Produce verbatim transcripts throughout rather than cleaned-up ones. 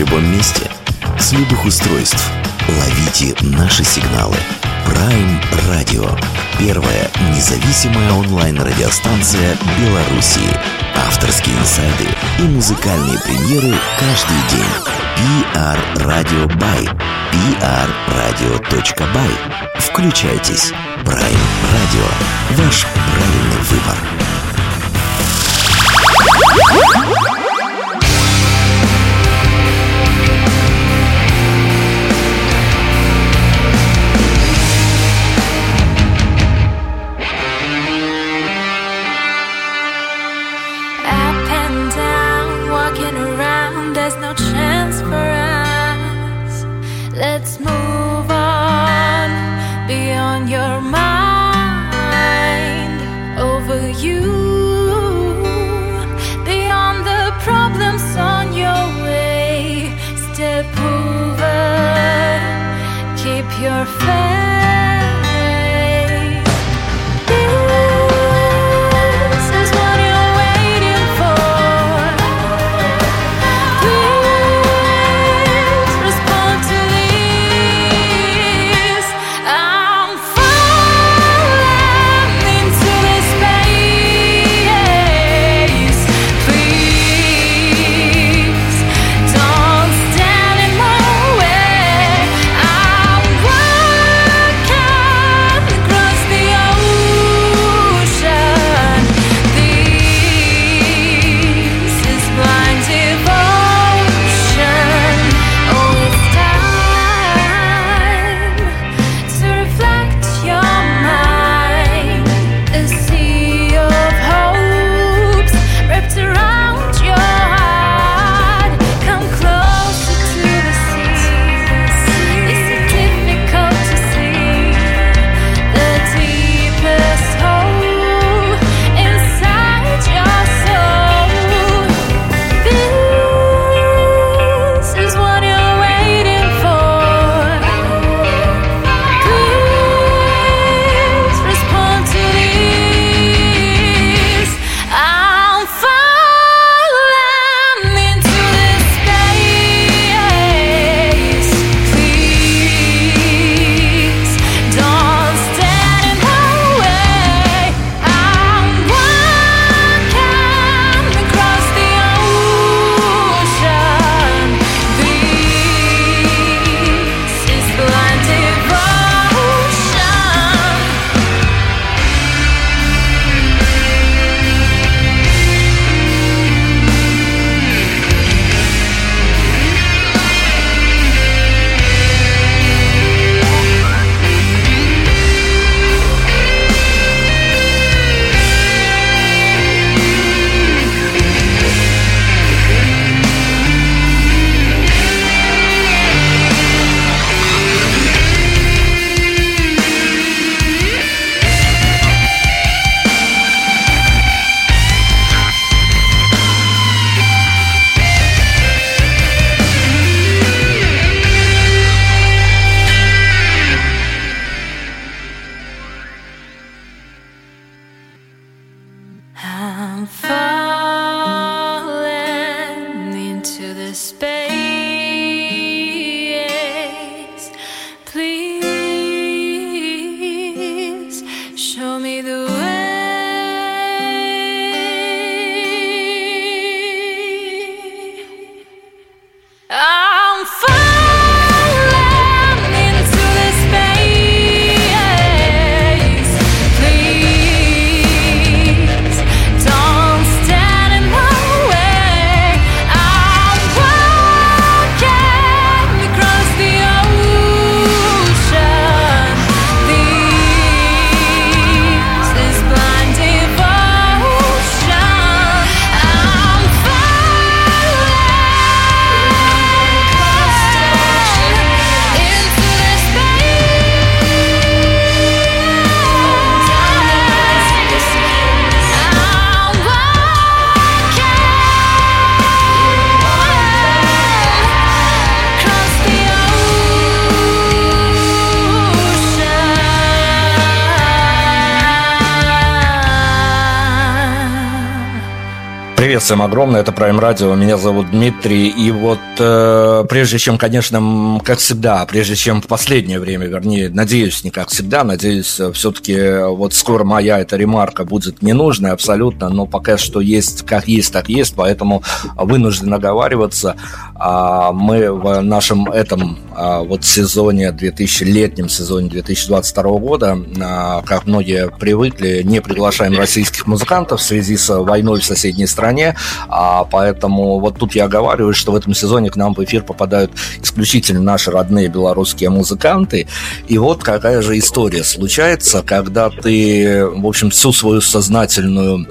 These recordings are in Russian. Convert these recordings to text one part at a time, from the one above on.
любом месте, с любых устройств. Ловите наши сигналы. Prime Radio. Первая независимая онлайн-радиостанция Беларуси. Авторские инсайды и музыкальные премьеры каждый день. пи ар Radio by. пи ар радио точка бай. Включайтесь. Prime Radio. Ваш правильный выбор. Let's move on beyond your mind, over you, beyond the problems on your way. Step over, keep your faith. This is what you're waiting for. Please respond to this. I'm falling into this space. Please don't stand in my way. I'm running Привет всем огромное, это Prime Radio, меня зовут Дмитрий. И вот э, прежде чем, конечно, как всегда, прежде чем в последнее время, вернее, надеюсь, не как всегда, надеюсь, все-таки вот скоро моя эта ремарка будет ненужной абсолютно, но пока что есть, как есть, так есть, поэтому вынужден оговариваться. А мы в нашем этом а, вот сезоне две тысячи, летнем сезоне две тысячи двадцать второго года, а, как многие привыкли, не приглашаем российских музыкантов в связи с войной в соседней стране, а, поэтому вот тут я оговариваюсь, что в этом сезоне к нам в эфир попадают исключительно наши родные белорусские музыканты. И вот какая же история случается, когда ты, в общем, всю свою сознательную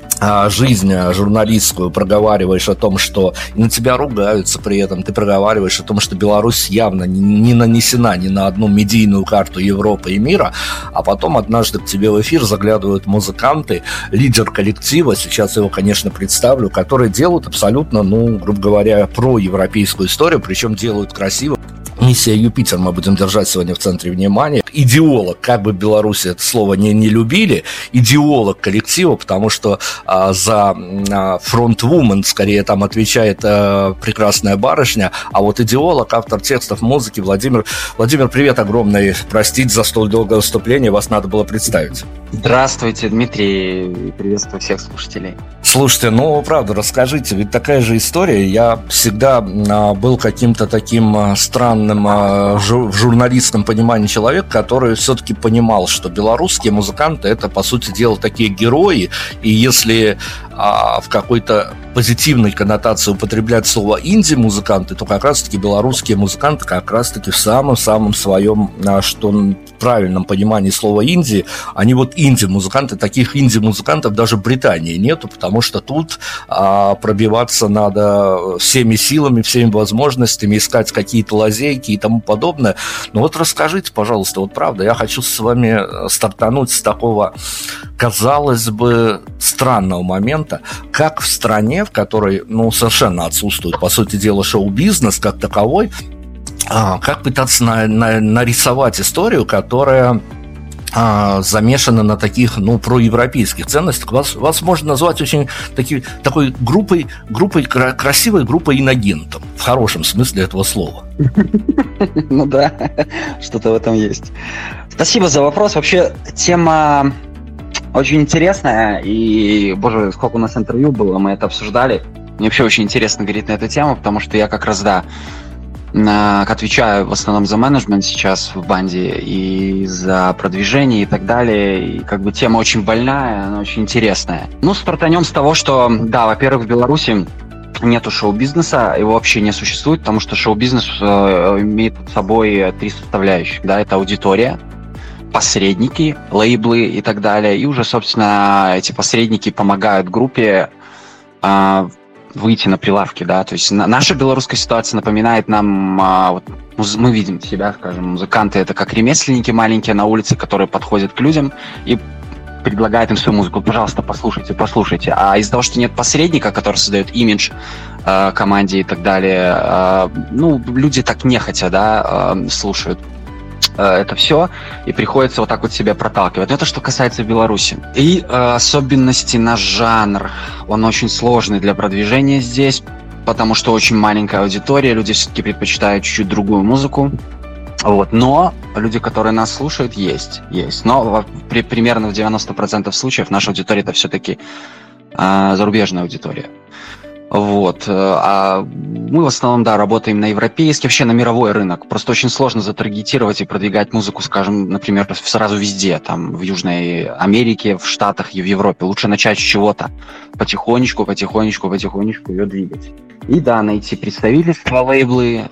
жизнь журналистскую проговариваешь о том, что на тебя ругаются при этом, ты проговариваешь о том, что Беларусь явно не нанесена ни на одну медийную карту Европы и мира, а потом однажды к тебе в эфир заглядывают музыканты, лидер коллектива, сейчас его, конечно, представлю, которые делают абсолютно, ну, грубо говоря, проевропейскую историю, причем делают красиво. Миссия Юпитер мы будем держать сегодня в центре внимания. Идеолог, как бы в Беларуси это слово не, не любили, идеолог коллектива, потому что а, за а, фронтвумен, скорее, там отвечает а, прекрасная барышня, а вот идеолог, автор текстов музыки Владимир. Владимир, привет огромный. Простите за столь долгое выступление, вас надо было представить. Здравствуйте, Дмитрий, приветствую всех слушателей. Слушайте, ну, правда, расскажите, ведь такая же история. Я всегда а, был каким-то таким а, странным а, жу- в журналистском понимании человек, который все-таки понимал, что белорусские музыканты — это, по сути дела, такие герои, и если а, в какой-то позитивной коннотации употреблять слово инди-музыканты, то как раз-таки белорусские музыканты как раз-таки в самом-самом своем, а, что в правильном понимании слова инди, они вот инди-музыканты, таких инди-музыкантов даже в Британии нету, потому что тут а, пробиваться надо всеми силами, всеми возможностями, искать какие-то лазейки и тому подобное. Но вот расскажите, пожалуйста, вот правда, я хочу с вами стартануть с такого, казалось бы, странного момента, как в стране, в которой, ну, совершенно отсутствует, по сути дела, шоу-бизнес как таковой, а, как пытаться на, на, нарисовать историю, которая а, замешана на таких, ну, проевропейских ценностях. Вас, вас можно назвать очень таки, такой группой, группой, красивой группой инагентов, в хорошем смысле этого слова. Ну да, что-то в этом есть. Спасибо за вопрос. Вообще, тема очень интересная, и, боже, сколько у нас интервью было, мы это обсуждали. Мне вообще очень интересно говорить на эту тему, потому что я как раз, да, отвечаю в основном за менеджмент сейчас в банде и за продвижение и так далее. И как бы тема очень больная, она очень интересная. Ну, стартанем с того, что, да, во-первых, в Беларуси нету шоу-бизнеса, его вообще не существует, потому что шоу-бизнес э, имеет под собой три составляющих. Да, это аудитория, посредники, лейблы и так далее. И уже, собственно, эти посредники помогают группе э, выйти на прилавки, да, то есть на, наша белорусская ситуация напоминает нам, а, вот, муз, мы видим себя, скажем, музыканты — это как ремесленники маленькие на улице, которые подходят к людям и предлагают им свою музыку. Пожалуйста, послушайте, послушайте. А из-за того, что нет посредника, который создает имидж э, команде и так далее, э, ну, люди так нехотя, да, э, слушают это все, и приходится вот так вот себя проталкивать. Это что касается Беларуси. И э, особенности наш жанр, он очень сложный для продвижения здесь, потому что очень маленькая аудитория, люди все-таки предпочитают чуть-чуть другую музыку. Вот. Но люди, которые нас слушают, есть, есть. Но при, примерно в девяносто процентов случаев наша аудитория — это все-таки э, зарубежная аудитория. Вот. А мы в основном, да, работаем на европейский, вообще на мировой рынок. Просто очень сложно затаргетировать и продвигать музыку, скажем, например, сразу везде, там, в Южной Америке, в Штатах и в Европе. Лучше начать с чего-то. Потихонечку, потихонечку, потихонечку ее двигать. И, да, найти представительства, лейблы,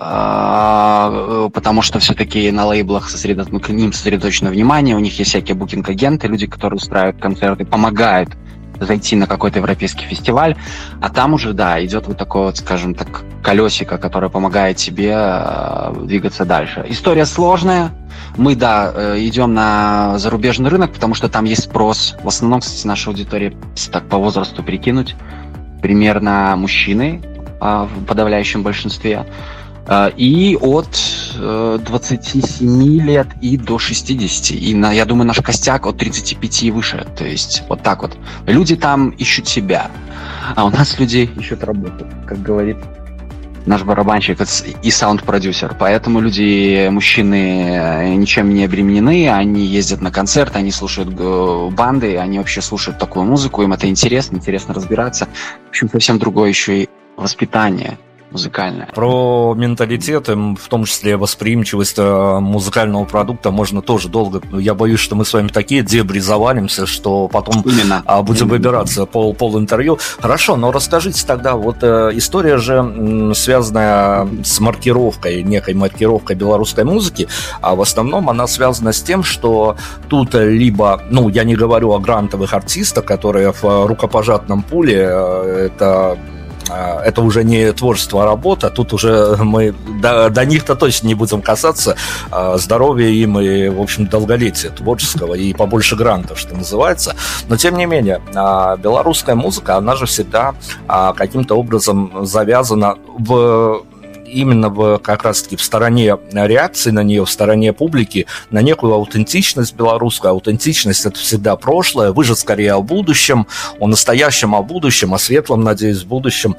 потому что все-таки на лейблах сосредо... к ним сосредоточено внимание, у них есть всякие букинг-агенты, люди, которые устраивают концерты, помогают зайти на какой-то европейский фестиваль, а там уже, да, идет вот такое вот, скажем так, колесико, которое помогает тебе э, двигаться дальше. История сложная. Мы, да, э, идем на зарубежный рынок, потому что там есть спрос. В основном, кстати, наша аудитория, если так по возрасту прикинуть, примерно мужчины э, в подавляющем большинстве. И от двадцати семи лет и до шестидесяти. И на, я думаю, наш костяк от тридцати пяти и выше. То есть вот так вот. Люди там ищут себя, а у нас люди ищут работу, как говорит наш барабанщик и саунд-продюсер. Поэтому люди, мужчины, ничем не обременены, они ездят на концерты, они слушают банды, они вообще слушают такую музыку, им это интересно, интересно разбираться. В общем, совсем другое еще и воспитание музыкальное. Про менталитет, в том числе восприимчивость музыкального продукта, можно тоже долго. Я боюсь, что мы с вами такие дебри завалимся, что потом Именно. будем Именно. выбираться пол, пол интервью. Хорошо, но расскажите тогда, вот история же связанная с маркировкой, некой маркировкой белорусской музыки, а в основном она связана с тем, что тут либо, ну, я не говорю о грантовых артистах, которые в рукопожатном пуле, это... Это уже не творчество, а работа. Тут уже мы до, до них-то точно не будем касаться. Здоровья им и, в общем, долголетия творческого и побольше грантов, что называется. Но, тем не менее, белорусская музыка, она же всегда каким-то образом завязана в... именно в, как раз-таки в стороне реакции на нее, в стороне публики, на некую аутентичность белорусскую. Аутентичность – это всегда прошлое. Вы же скорее о будущем, о настоящем, о будущем, о светлом, надеюсь, будущем.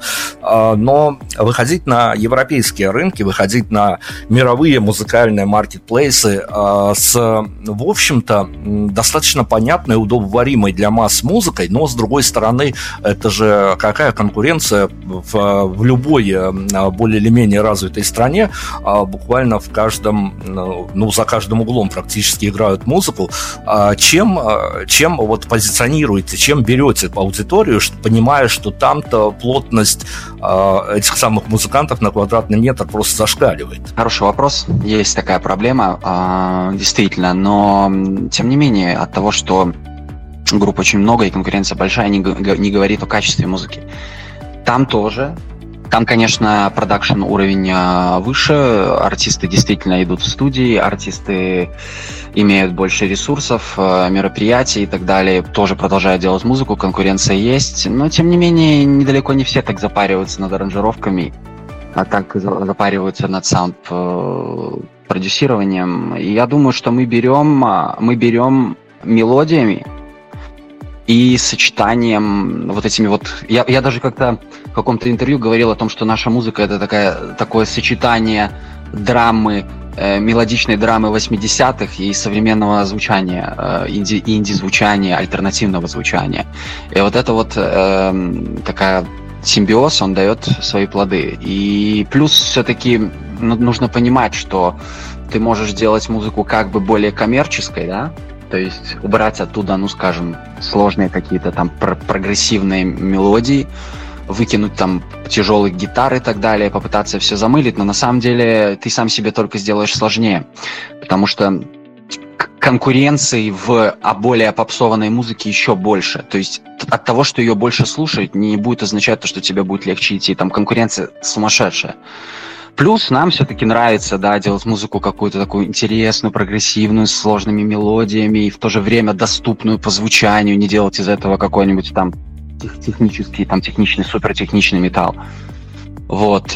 Но выходить на европейские рынки, выходить на мировые музыкальные маркетплейсы с, в общем-то, достаточно понятной, удобоваримой для масс музыкой, но, с другой стороны, это же какая конкуренция в, в любой более или менее развитой стране, буквально в каждом, ну, за каждым углом практически играют музыку. Чем, чем вот позиционируете, чем берете по аудиторию, понимая, что там-то плотность этих самых музыкантов на квадратный метр просто зашкаливает? Хороший вопрос. Есть такая проблема, действительно, но тем не менее от того, что групп очень много и конкуренция большая, не, не говорит о качестве музыки. Там тоже. Там, конечно, продакшн уровень выше, артисты действительно идут в студии, артисты имеют больше ресурсов, мероприятий и так далее, тоже продолжают делать музыку, конкуренция есть, но, тем не менее, недалеко не все так запариваются над аранжировками, а так запариваются над саунд-продюсированием. И я думаю, что мы берем, мы берем мелодиями и сочетанием вот этими вот... Я, я даже как-то в каком-то интервью говорил о том, что наша музыка — это такая, такое сочетание драмы, э, мелодичной драмы восьмидесятых и современного звучания, э, инди, инди-звучания, альтернативного звучания. И вот это вот э, такая симбиоз, он дает свои плоды. И плюс все-таки нужно понимать, что ты можешь делать музыку как бы более коммерческой, да? То есть убрать оттуда, ну, скажем, сложные какие-то там пр- прогрессивные мелодии, выкинуть там тяжелые гитары и так далее, попытаться все замылить, но на самом деле ты сам себе только сделаешь сложнее, потому что конкуренции в а более попсованной музыке еще больше. То есть от того, что ее больше слушают, не будет означать то, что тебе будет легче идти. Там конкуренция сумасшедшая. Плюс нам все-таки нравится, да, делать музыку какую-то такую интересную, прогрессивную, с сложными мелодиями и в то же время доступную по звучанию, не делать из этого какой-нибудь там тех, технический, там техничный, супертехничный металл. Вот.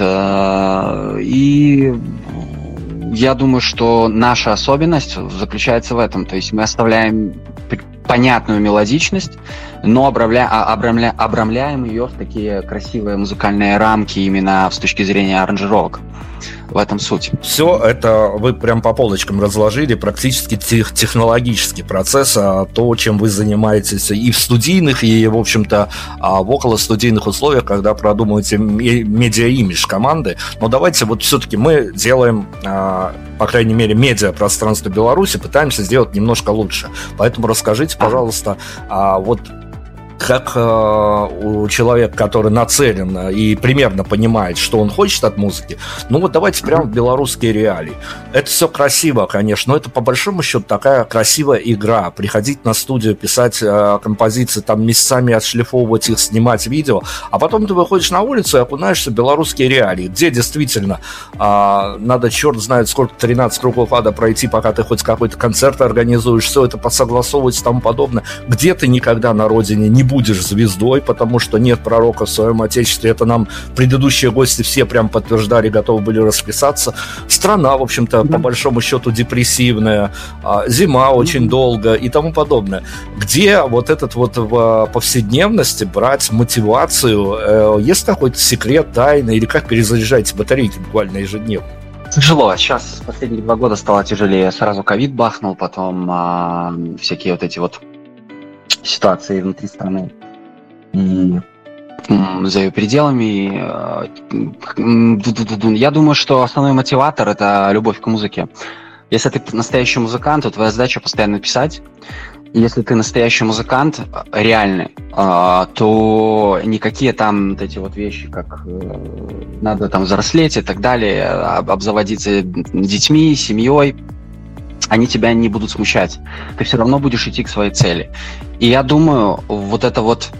И я думаю, что наша особенность заключается в этом. То есть мы оставляем понятную мелодичность, но обрамля, обрамля, обрамляем ее в такие красивые музыкальные рамки именно с точки зрения аранжировок. В этом суть. Все это вы прям по полочкам разложили, практически тех, технологический процесс, а то, чем вы занимаетесь и в студийных, и, в общем-то, в околостудийных условиях, когда продумываете медиа-имидж команды. Но давайте вот все-таки мы делаем, по крайней мере, медиа-пространство Беларуси, пытаемся сделать немножко лучше. Поэтому расскажите, пожалуйста, вот как э, у человека, который нацелен и примерно понимает, что он хочет от музыки, ну вот давайте прямо в белорусские реалии. Это все красиво, конечно, но это по большому счету такая красивая игра. Приходить на студию, писать э, композиции, там месяцами отшлифовывать их, снимать видео, а потом ты выходишь на улицу и окунаешься в белорусские реалии, где действительно э, надо, черт знает сколько, тринадцать кругов ада пройти, пока ты хоть какой-то концерт организуешь, все это посогласовывать и тому подобное, где ты никогда на родине не будешь звездой, потому что нет пророка в своем отечестве. Это нам предыдущие гости все прям подтверждали, готовы были расписаться. Страна, в общем-то, да. по большому счету депрессивная, зима очень mm-hmm. долго и тому подобное. Где вот этот вот в повседневности брать мотивацию? Есть какой-то секрет, тайна, или как перезаряжаете батарейки буквально ежедневно? Тяжело. Сейчас последние два года стало тяжелее. Сразу ковид бахнул, потом а, всякие вот эти вот ситуации внутри страны и м, за ее пределами. А, я думаю, что основной мотиватор – это любовь к музыке. Если ты настоящий музыкант, то твоя задача постоянно писать. Если ты настоящий музыкант, реальный, то никакие там вот эти вот вещи, как надо там взрослеть и так далее, обзаводиться детьми, семьей, они тебя не будут смущать. Ты все равно будешь идти к своей цели. И я думаю, вот это вот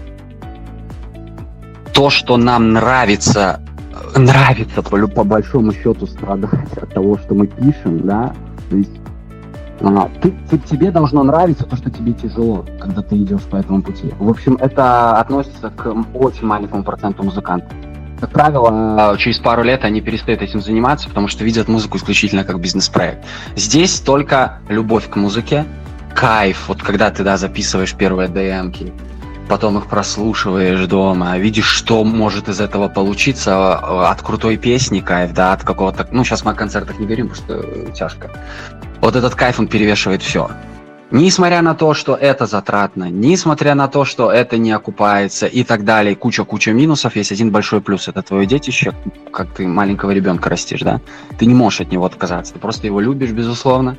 то, что нам нравится, нравится по, по большому счету страдать от того, что мы пишем, да, то есть А, ты, ты, тебе должно нравиться то, что тебе тяжело, когда ты идешь по этому пути. В общем, это относится к очень маленькому проценту музыкантов. Как правило, через пару лет они перестают этим заниматься, потому что видят музыку исключительно как бизнес-проект. Здесь только любовь к музыке, кайф, вот когда ты, да, записываешь первые ди эм-ки, потом их прослушиваешь дома, видишь, что может из этого получиться от крутой песни, кайф, да, от какого-то... Ну, сейчас мы о концертах не говорим, потому что тяжко. Вот этот кайф, он перевешивает все. Несмотря на то, что это затратно, несмотря на то, что это не окупается и так далее, куча-куча минусов, есть один большой плюс. Это твое детище, как ты маленького ребенка растишь, да? Ты не можешь от него отказаться, ты просто его любишь, безусловно.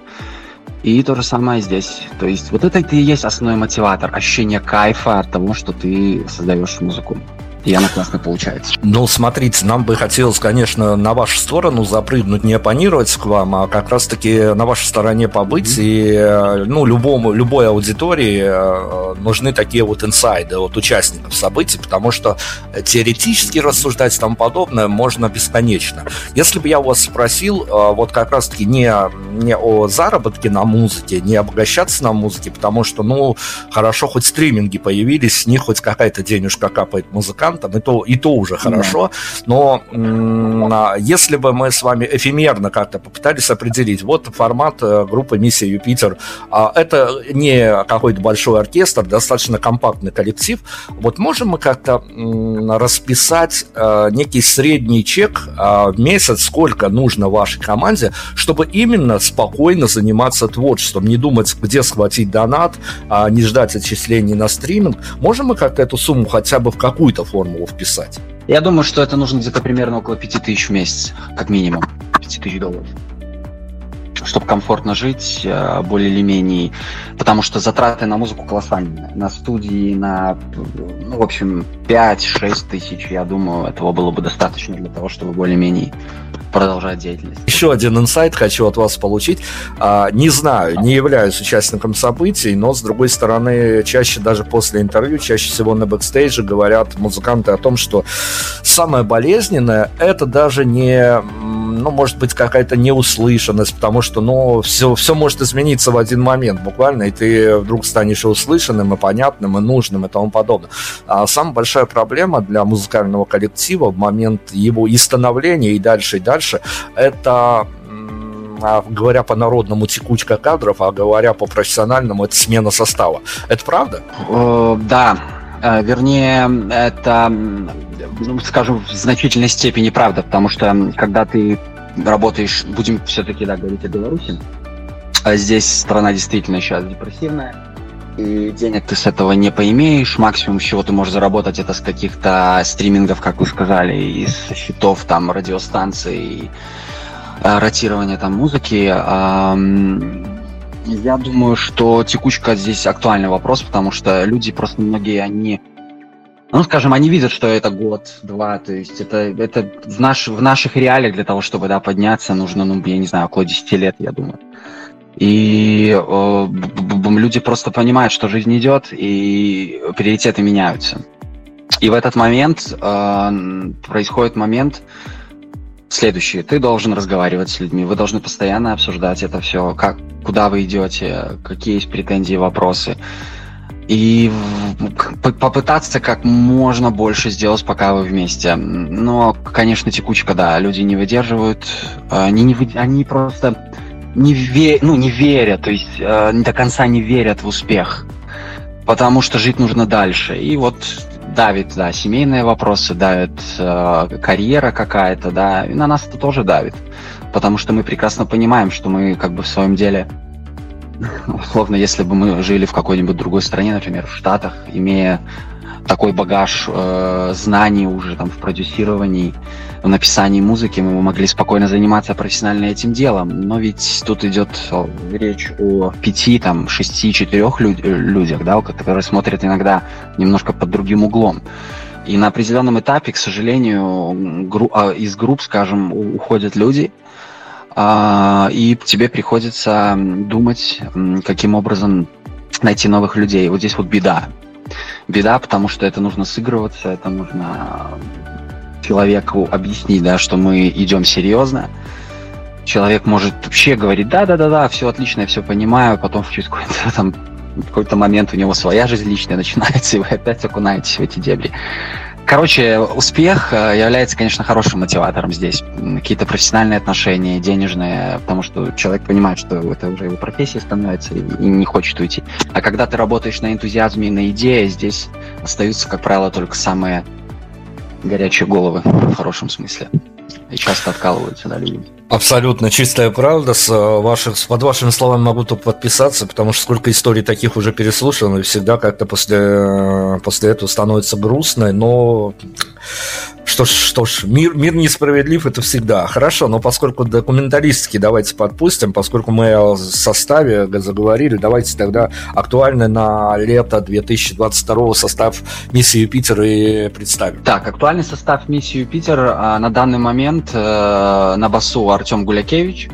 И то же самое здесь. То есть вот это и есть основной мотиватор, ощущение кайфа от того, что ты создаешь музыку. И она классно получается. Ну, смотрите, нам бы хотелось, конечно, на вашу сторону запрыгнуть, не оппонировать к вам, а как раз-таки на вашей стороне побыть. Mm-hmm. И, ну, любому, любой аудитории нужны такие вот инсайды от участников событий, потому что теоретически рассуждать и тому подобное можно бесконечно. Если бы я у вас спросил, вот как раз-таки не, не о заработке на музыке, не обогащаться на музыке, потому что, ну, хорошо, хоть стриминги появились, с них хоть какая-то денежка капает музыкантам, и то, и то уже хорошо, но м- если бы мы с вами эфемерно как-то попытались определить, вот формат группы «Миссия Юпитер», это не какой-то большой оркестр, достаточно компактный коллектив, вот можем мы как-то м- расписать э, некий средний чек э, в месяц, сколько нужно вашей команде, чтобы именно спокойно заниматься творчеством, не думать, где схватить донат, э, не ждать отчислений на стриминг. Можем мы как-то эту сумму хотя бы в какую-то формулу вписать? Я думаю, что это нужно где-то примерно около пяти тысяч в месяц, как минимум. пять тысяч долларов. Чтобы комфортно жить, более или менее. Потому что затраты на музыку колоссальные. На студии, на, ну, в общем, пять-шесть тысяч, я думаю, этого было бы достаточно для того, чтобы более-менее продолжать деятельность. Еще один инсайт хочу от вас получить. А, не знаю, не являюсь участником событий, но, с другой стороны, чаще даже после интервью, чаще всего на бэкстейдже говорят музыканты о том, что самое болезненное — это даже не, ну, может быть, какая-то неуслышанность, потому что, ну, все, все может измениться в один момент буквально, и ты вдруг станешь и услышанным, и понятным, и нужным, и тому подобное. А самая большая проблема для музыкального коллектива в момент его и становления, и дальше, и дальше, это, говоря по-народному, текучка кадров, а говоря по-профессиональному, это смена состава. Это правда? О, да. Вернее, это, ну, скажем, в значительной степени правда, потому что когда ты работаешь, будем все-таки, да, говорить о Беларуси, здесь страна действительно сейчас депрессивная, и денег ты с этого не поимеешь. Максимум, с чего ты можешь заработать, это с каких-то стримингов, как вы сказали, из счетов там радиостанций, ротирования там музыки. Я думаю, что текучка здесь актуальный вопрос, потому что люди просто многие, они, ну, скажем, они видят, что это год-два, то есть это, это в, наш, в наших реалиях для того, чтобы, да, подняться, нужно, ну, я не знаю, около десяти лет, я думаю. И э, люди просто понимают, что жизнь идет, и приоритеты меняются. И в этот момент э, происходит момент следующий. Ты должен разговаривать с людьми, вы должны постоянно обсуждать это все, как, куда вы идете, какие есть претензии, вопросы. и попытаться как можно больше сделать, пока вы вместе. Но, конечно, текучка, да, люди не выдерживают, они, не, они просто не, ве, ну, не верят, то есть не до конца не верят в успех, потому что жить нужно дальше. И вот давит, да, семейные вопросы, давит карьера какая-то, да, и на нас это тоже давит, потому что мы прекрасно понимаем, что мы как бы в своем деле... Условно, если бы мы жили в какой-нибудь другой стране, например, в Штатах, имея такой багаж э, знаний уже там в продюсировании, в написании музыки, мы могли спокойно заниматься профессионально этим делом. Но ведь тут идет речь о пяти, там, шести, четырех люд- людях, да, которые смотрят иногда немножко под другим углом. И на определенном этапе, к сожалению, гру- из групп, скажем, уходят люди, и тебе приходится думать, каким образом найти новых людей. Вот здесь вот беда. Беда, потому что это нужно сыгрываться, это нужно человеку объяснить, да, что мы идем серьезно. Человек может вообще говорить, да-да-да-да, все отлично, я все понимаю, потом через какой-то, там, в какой-то момент у него своя жизнь личная начинается, и вы опять окунаетесь в эти дебри. Короче, успех является, конечно, хорошим мотиватором здесь. Какие-то профессиональные отношения, денежные, потому что человек понимает, что это уже его профессия становится и не хочет уйти. А когда ты работаешь на энтузиазме и на идее, здесь остаются, как правило, только самые горячие головы в хорошем смысле. И часто откалываются, да, люди. Абсолютно чистая правда. С ваших, под вашими словами могу только подписаться, потому что сколько историй таких уже переслушано, и всегда как-то после, после этого становится грустно. Но что ж, что ж мир, мир несправедлив, это всегда. Хорошо, но поскольку документалистики давайте подпустим, поскольку мы о составе заговорили, давайте тогда актуальный на лето две тысячи двадцать второго состав «Миссии Юпитер» и представим. Так, актуальный состав «Миссии Юпитер» на данный момент на басу Артем Гулякевич,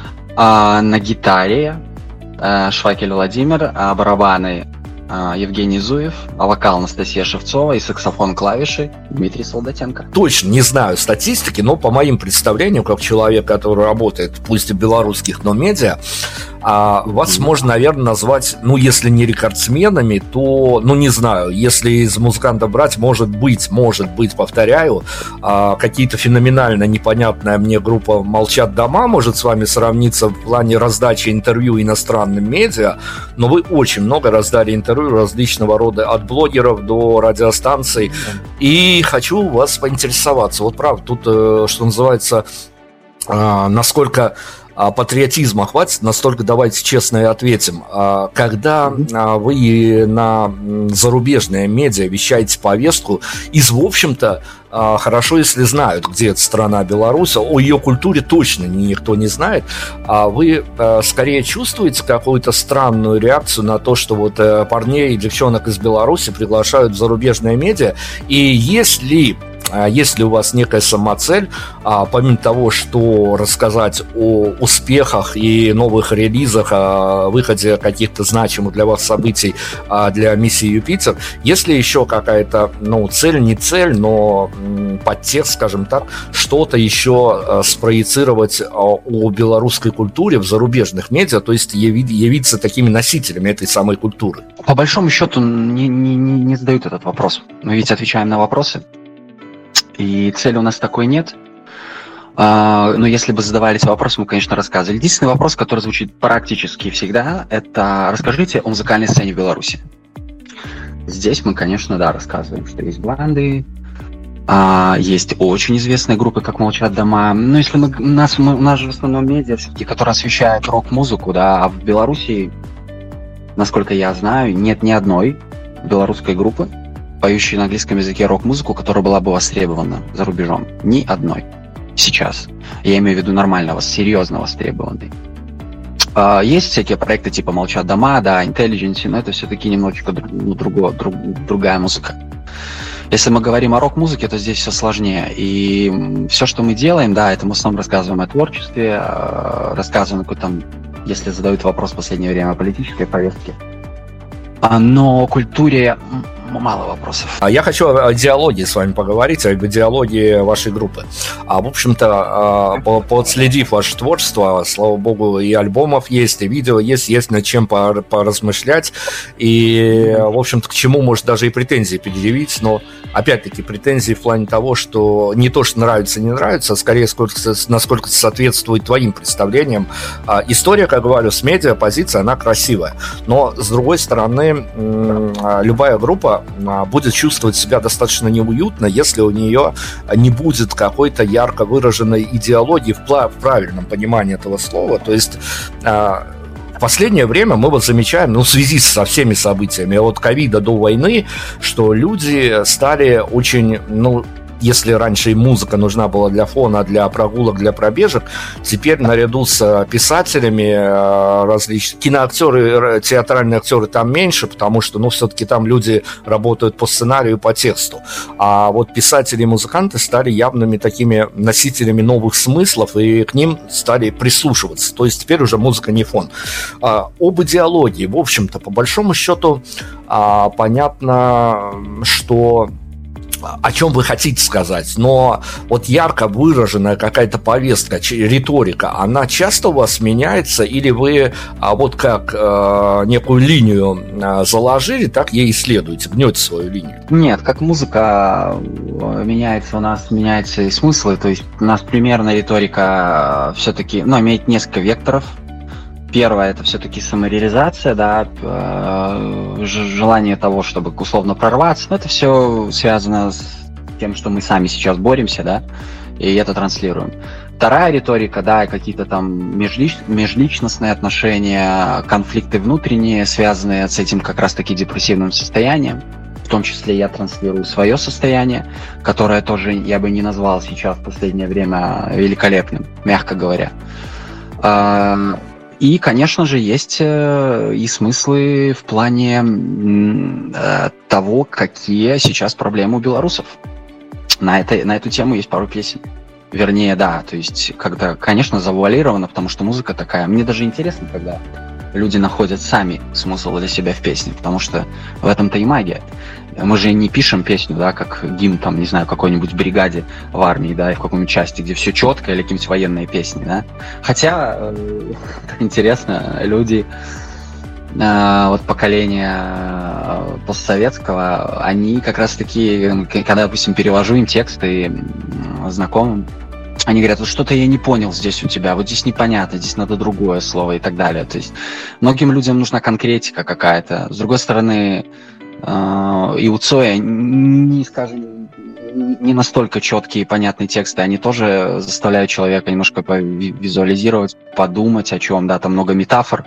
на гитаре Швакель Владимир, барабаны Евгений Зуев, а вокал Анастасия Шевцова и саксофон клавиши Дмитрий Солдатенко. Точно не знаю статистики, но по моим представлениям, как человек, который работает, пусть и в белорусских, но медиа, а вас mm-hmm. можно, наверное, назвать, ну, если не рекордсменами, то, ну, не знаю, если из музыкантов брать, может быть, может быть, повторяю, а, какие-то феноменально непонятная мне группа «Молчат дома» может с вами сравниться в плане раздачи интервью иностранным медиа, но вы очень много раздали интервью различного рода, от блогеров до радиостанций, mm-hmm. и хочу вас поинтересоваться, вот правда, тут, что называется, насколько патриотизма хватит, настолько давайте честно и ответим. Когда вы на зарубежные медиа вещаете повестку, из, в общем-то, хорошо, если знают, где эта страна Беларусь, о ее культуре точно никто не знает, а вы скорее чувствуете какую-то странную реакцию на то, что вот парней и девчонок из Беларуси приглашают в зарубежные медиа, и если... Если у вас некая самоцель, помимо того, что рассказать о успехах и новых релизах, о выходе каких-то значимых для вас событий для миссии Юпитер, если еще какая-то, ну, цель, не цель, но подтекст, скажем так, что-то еще спроецировать о белорусской культуре в зарубежных медиа, то есть явиться такими носителями этой самой культуры? По большому счету не, не, не задают этот вопрос. Мы ведь отвечаем на вопросы. И цели у нас такой нет. А, но если бы задавали эти вопросы, мы, конечно, рассказывали. Единственный вопрос, который звучит практически всегда, это расскажите о музыкальной сцене в Беларуси. Здесь мы, конечно, да, рассказываем, что есть банды, а, есть очень известные группы, как «Молчат дома». Но если мы, у нас, мы, у нас же в основном медиа, все-таки, которые освещают рок-музыку, да, а в Беларуси, насколько я знаю, нет ни одной белорусской группы, поющей на английском языке рок-музыку, которая была бы востребована за рубежом. Ни одной. Сейчас. Я имею в виду нормального, серьезно востребованной. А, есть всякие проекты типа «Молчат дома», да, «Intelligence», но это все-таки немножечко друг, ну, другого, друг, другая музыка. Если мы говорим о рок-музыке, то здесь все сложнее. И все, что мы делаем, да, это мы в основном рассказываем о творчестве, рассказываем, какой там, если задают вопрос в последнее время о политической повестке. Но о культуре мало вопросов. А я хочу о идеологии с вами поговорить, об идеологии вашей группы. А, в общем-то, подследив ваше творчество, слава богу, и альбомов есть, и видео есть, есть над чем поразмышлять. И, в общем-то, к чему, может, даже и претензии предъявить, но, опять-таки, претензии в плане того, что не то, что нравится, не нравится, а скорее, сколько, насколько соответствует твоим представлениям. История, как говорю, с медиа, позиция, она красивая. Но, с другой стороны, любая группа будет чувствовать себя достаточно неуютно, если у нее не будет какой-то ярко выраженной идеологии в правильном понимании этого слова. То есть в последнее время мы вот замечаем, ну, в связи со всеми событиями от ковида до войны, что люди стали очень, ну, если раньше им музыка нужна была для фона, для прогулок, для пробежек, теперь наряду с писателями, различные киноактеры, театральные актеры там меньше, потому что, ну, все-таки там люди работают по сценарию, по тексту. А вот писатели и музыканты стали явными такими носителями новых смыслов, и к ним стали прислушиваться. То есть теперь уже музыка не фон. А, об идеологии, в общем-то, по большому счету, а, понятно, что о чем вы хотите сказать, но вот ярко выраженная какая-то повестка, риторика, она часто у вас меняется, или вы а вот как э, некую линию э, заложили, так ей и следуете, гнете свою линию? Нет, как музыка меняется, у нас меняются и смыслы, то есть у нас примерно риторика все-таки, ну, имеет несколько векторов. Первое — это все-таки самореализация, да, желание того, чтобы условно прорваться. Но это все связано с тем, что мы сами сейчас боремся, да, и это транслируем. Вторая риторика, да, какие-то там межлич... межличностные отношения, конфликты внутренние, связанные с этим как раз-таки депрессивным состоянием. В том числе я транслирую свое состояние, которое тоже я бы не назвал сейчас в последнее время великолепным, мягко говоря. И, конечно же, есть и смыслы в плане того, какие сейчас проблемы у белорусов. На, это, на эту тему есть пару песен. Вернее, да, то есть, когда, конечно, завуалировано, потому что музыка такая. Мне даже интересно, когда люди находят сами смысл для себя в песне, потому что в этом-то и магия. Мы же не пишем песню, да, как гимн, там, не знаю, какой-нибудь бригаде в армии, да, и в какой-нибудь части, где все четко, или какие-нибудь военные песни, да. Хотя, э, интересно, люди, э, вот поколения постсоветского, они как раз-таки, когда, допустим, перевожу им тексты знакомым, они говорят, вот что-то я не понял здесь у тебя, вот здесь непонятно, здесь надо другое слово и так далее. То есть многим людям нужна конкретика какая-то. С другой стороны, и у Цоя не, скажем, не настолько четкие и понятные тексты, они тоже заставляют человека немножко визуализировать, подумать о чем, да, там много метафор.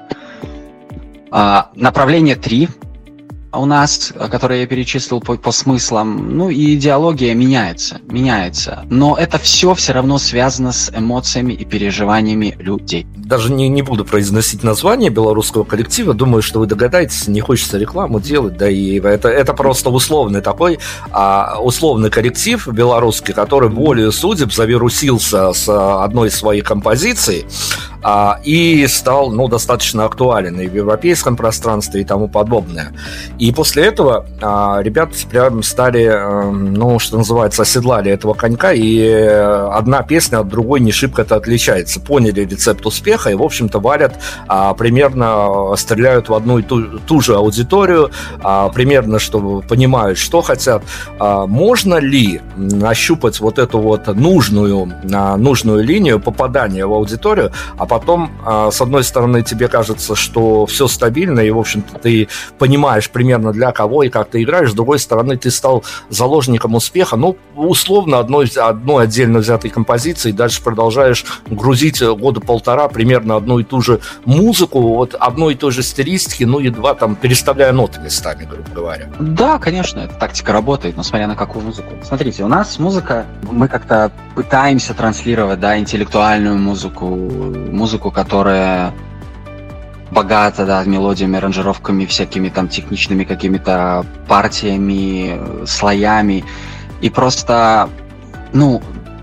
Направление три у нас, которые я перечислил по, по смыслам, ну и идеология меняется, меняется. Но это все все равно связано с эмоциями и переживаниями людей. Даже не, не буду произносить название белорусского коллектива, думаю, что вы догадаетесь, не хочется рекламу делать, да и это, это просто условный такой, а, условный коллектив белорусский, который волею судеб завирусился с одной из своих композиций а, и стал, ну, достаточно актуален и в европейском пространстве и тому подобное. И после этого а, ребята прям стали, а, ну, что называется, оседлали этого конька, и одна песня от другой не шибко-то отличается. Поняли рецепт успеха и, в общем-то, валят, а, примерно стреляют в одну и ту, ту же аудиторию, а, примерно, чтобы понимают, что хотят. А, можно ли нащупать вот эту вот нужную, а, нужную линию попадания в аудиторию, а потом, а, с одной стороны, тебе кажется, что все стабильно, и, в общем-то, ты понимаешь примерно, для кого и как ты играешь, с другой стороны, ты стал заложником успеха, ну, условно, одной, одной отдельно взятой композиции, дальше продолжаешь грузить года полтора примерно одну и ту же музыку, вот одной и той же стилистики, ну, едва там переставляя ноты местами, грубо говоря. Да, конечно, эта тактика работает, но смотря на какую музыку. Смотрите, у нас музыка, мы как-то пытаемся транслировать, да, интеллектуальную музыку, музыку, которая богато, да, мелодиями, аранжировками, всякими там техничными какими-то партиями, слоями. И просто, ну,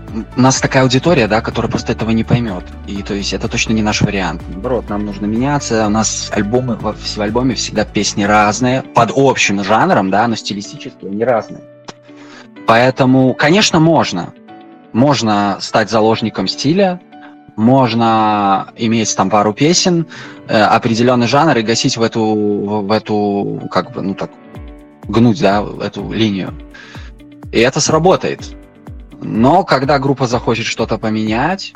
у нас такая аудитория, да, которая просто этого не поймет. И то есть это точно не наш вариант. Наоборот, нам нужно меняться. У нас альбомы, в, в альбоме всегда песни разные, под общим жанром, да, но стилистически они разные. Поэтому, конечно, можно. Можно стать заложником стиля, можно иметь там пару песен, э, определенный жанр и гасить в эту, в, в эту, как бы, ну так, гнуть, да, эту линию. И это сработает. Но когда группа захочет что-то поменять,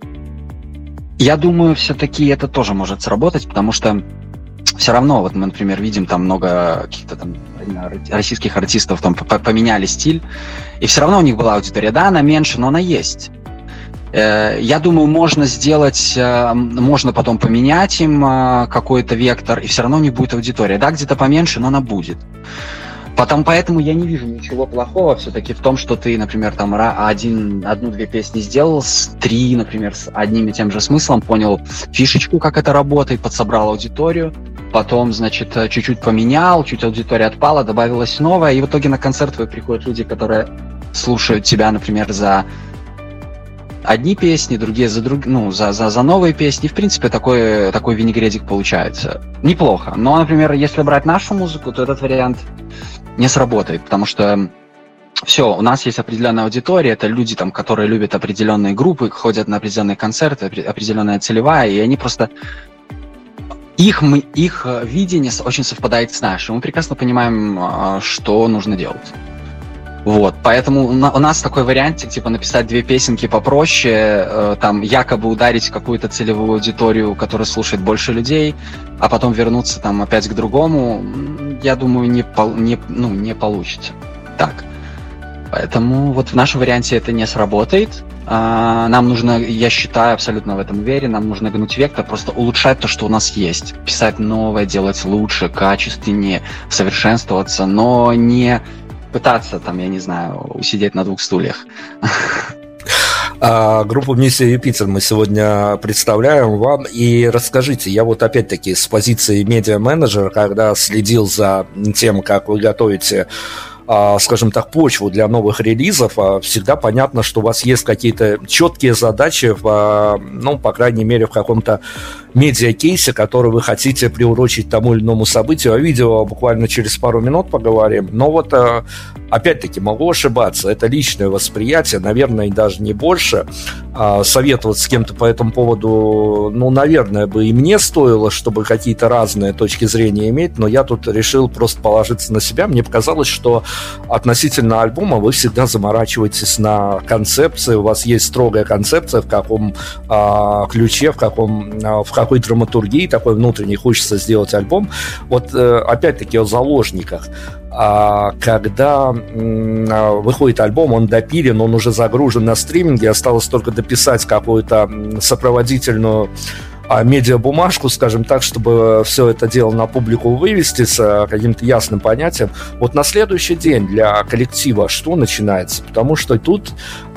я думаю, все-таки это тоже может сработать, потому что все равно, вот мы, например, видим там много каких-то там российских артистов там поменяли стиль, и все равно у них была аудитория. Да, она меньше, но она есть. Я думаю, можно сделать, можно потом поменять им какой-то вектор, и все равно у них будет аудитория. Да, где-то поменьше, но она будет. Потом, поэтому я не вижу ничего плохого все-таки в том, что ты, например, там один, одну-две песни сделал, с три, например, с одним и тем же смыслом, понял фишечку, как это работает, подсобрал аудиторию, потом, значит, чуть-чуть поменял, чуть аудитория отпала, добавилась новая, и в итоге на концерт твой приходят люди, которые слушают тебя, например, за одни песни, другие за, друг... ну, за, за, за новые песни. В принципе, такой, такой винегретик получается. Неплохо. Но, например, если брать нашу музыку, то этот вариант не сработает, потому что все, у нас есть определенная аудитория, это люди, там, которые любят определенные группы, ходят на определенные концерты, определенная целевая, и они просто... Их, мы, их видение очень совпадает с нашим. Мы прекрасно понимаем, что нужно делать. Вот, поэтому у нас такой вариантик, типа написать две песенки попроще, э, там якобы ударить какую-то целевую аудиторию, которая слушает больше людей, а потом вернуться там опять к другому, я думаю, не, не, ну, не получится. Так. Поэтому вот в нашем варианте это не сработает. А, нам нужно, я считаю, абсолютно в этом уверен, нам нужно гнуть вектор, просто улучшать то, что у нас есть. Писать новое, делать лучше, качественнее, совершенствоваться, но не... пытаться, там, я не знаю, усидеть на двух стульях. А, группу «Миссия Юпитер» мы сегодня представляем вам. И расскажите, я вот опять-таки с позиции медиа-менеджера, когда следил за тем, как вы готовите, скажем так, почву для новых релизов, всегда понятно, что у вас есть какие-то четкие задачи, в, ну, по крайней мере, в каком-то медиа-кейсе, который вы хотите приурочить тому или иному событию. О видео буквально через пару минут поговорим. Но вот, опять-таки, могу ошибаться. Это личное восприятие, наверное, и даже не больше. Советовать с кем-то по этому поводу, ну, наверное, бы и мне стоило, чтобы какие-то разные точки зрения иметь, но я тут решил просто положиться на себя. Мне показалось, что относительно альбома вы всегда заморачиваетесь на концепции, у вас есть строгая концепция, в каком а, ключе, в каком, а, в какой драматургии такой внутренней хочется сделать альбом. Вот а, опять-таки о заложниках. А, когда а, выходит альбом, он допилен, он уже загружен на стриминге, осталось только дописать какую-то сопроводительную медиабумажку, скажем так, чтобы все это дело на публику вывести с каким-то ясным понятием. Вот на следующий день для коллектива что начинается? Потому что тут,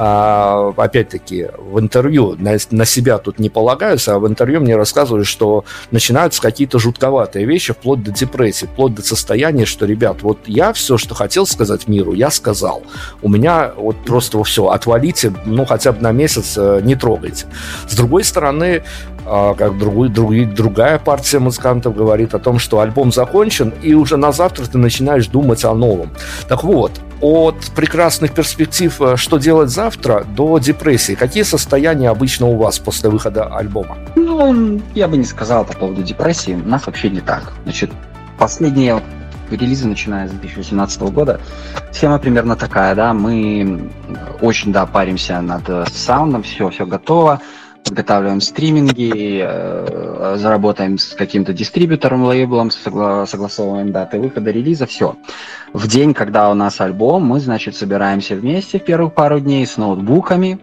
опять-таки, в интервью, на, на себя тут не полагаюсь, а в интервью мне рассказывали, что начинаются какие-то жутковатые вещи, вплоть до депрессии, вплоть до состояния, что, ребят, вот я все, что хотел сказать миру, я сказал. У меня вот просто все, отвалите, ну, хотя бы на месяц не трогайте. С другой стороны, как другой, другой, другая партия музыкантов говорит о том, что альбом закончен, и уже на завтра ты начинаешь думать о новом. Так вот, от прекрасных перспектив, что делать завтра, до депрессии. Какие состояния обычно у вас после выхода альбома? Ну, я бы не сказал по поводу депрессии. У нас вообще не так. Значит, последние релизы, начиная с две тысячи восемнадцатого года, схема примерно такая, да, мы очень, да, паримся над саундом, все, все готово, подготавливаем стриминги, э, заработаем с каким-то дистрибьютором, лейблом, согла- согласовываем даты выхода релиза, все. В день, когда у нас альбом, мы, значит, собираемся вместе в первых пару дней с ноутбуками,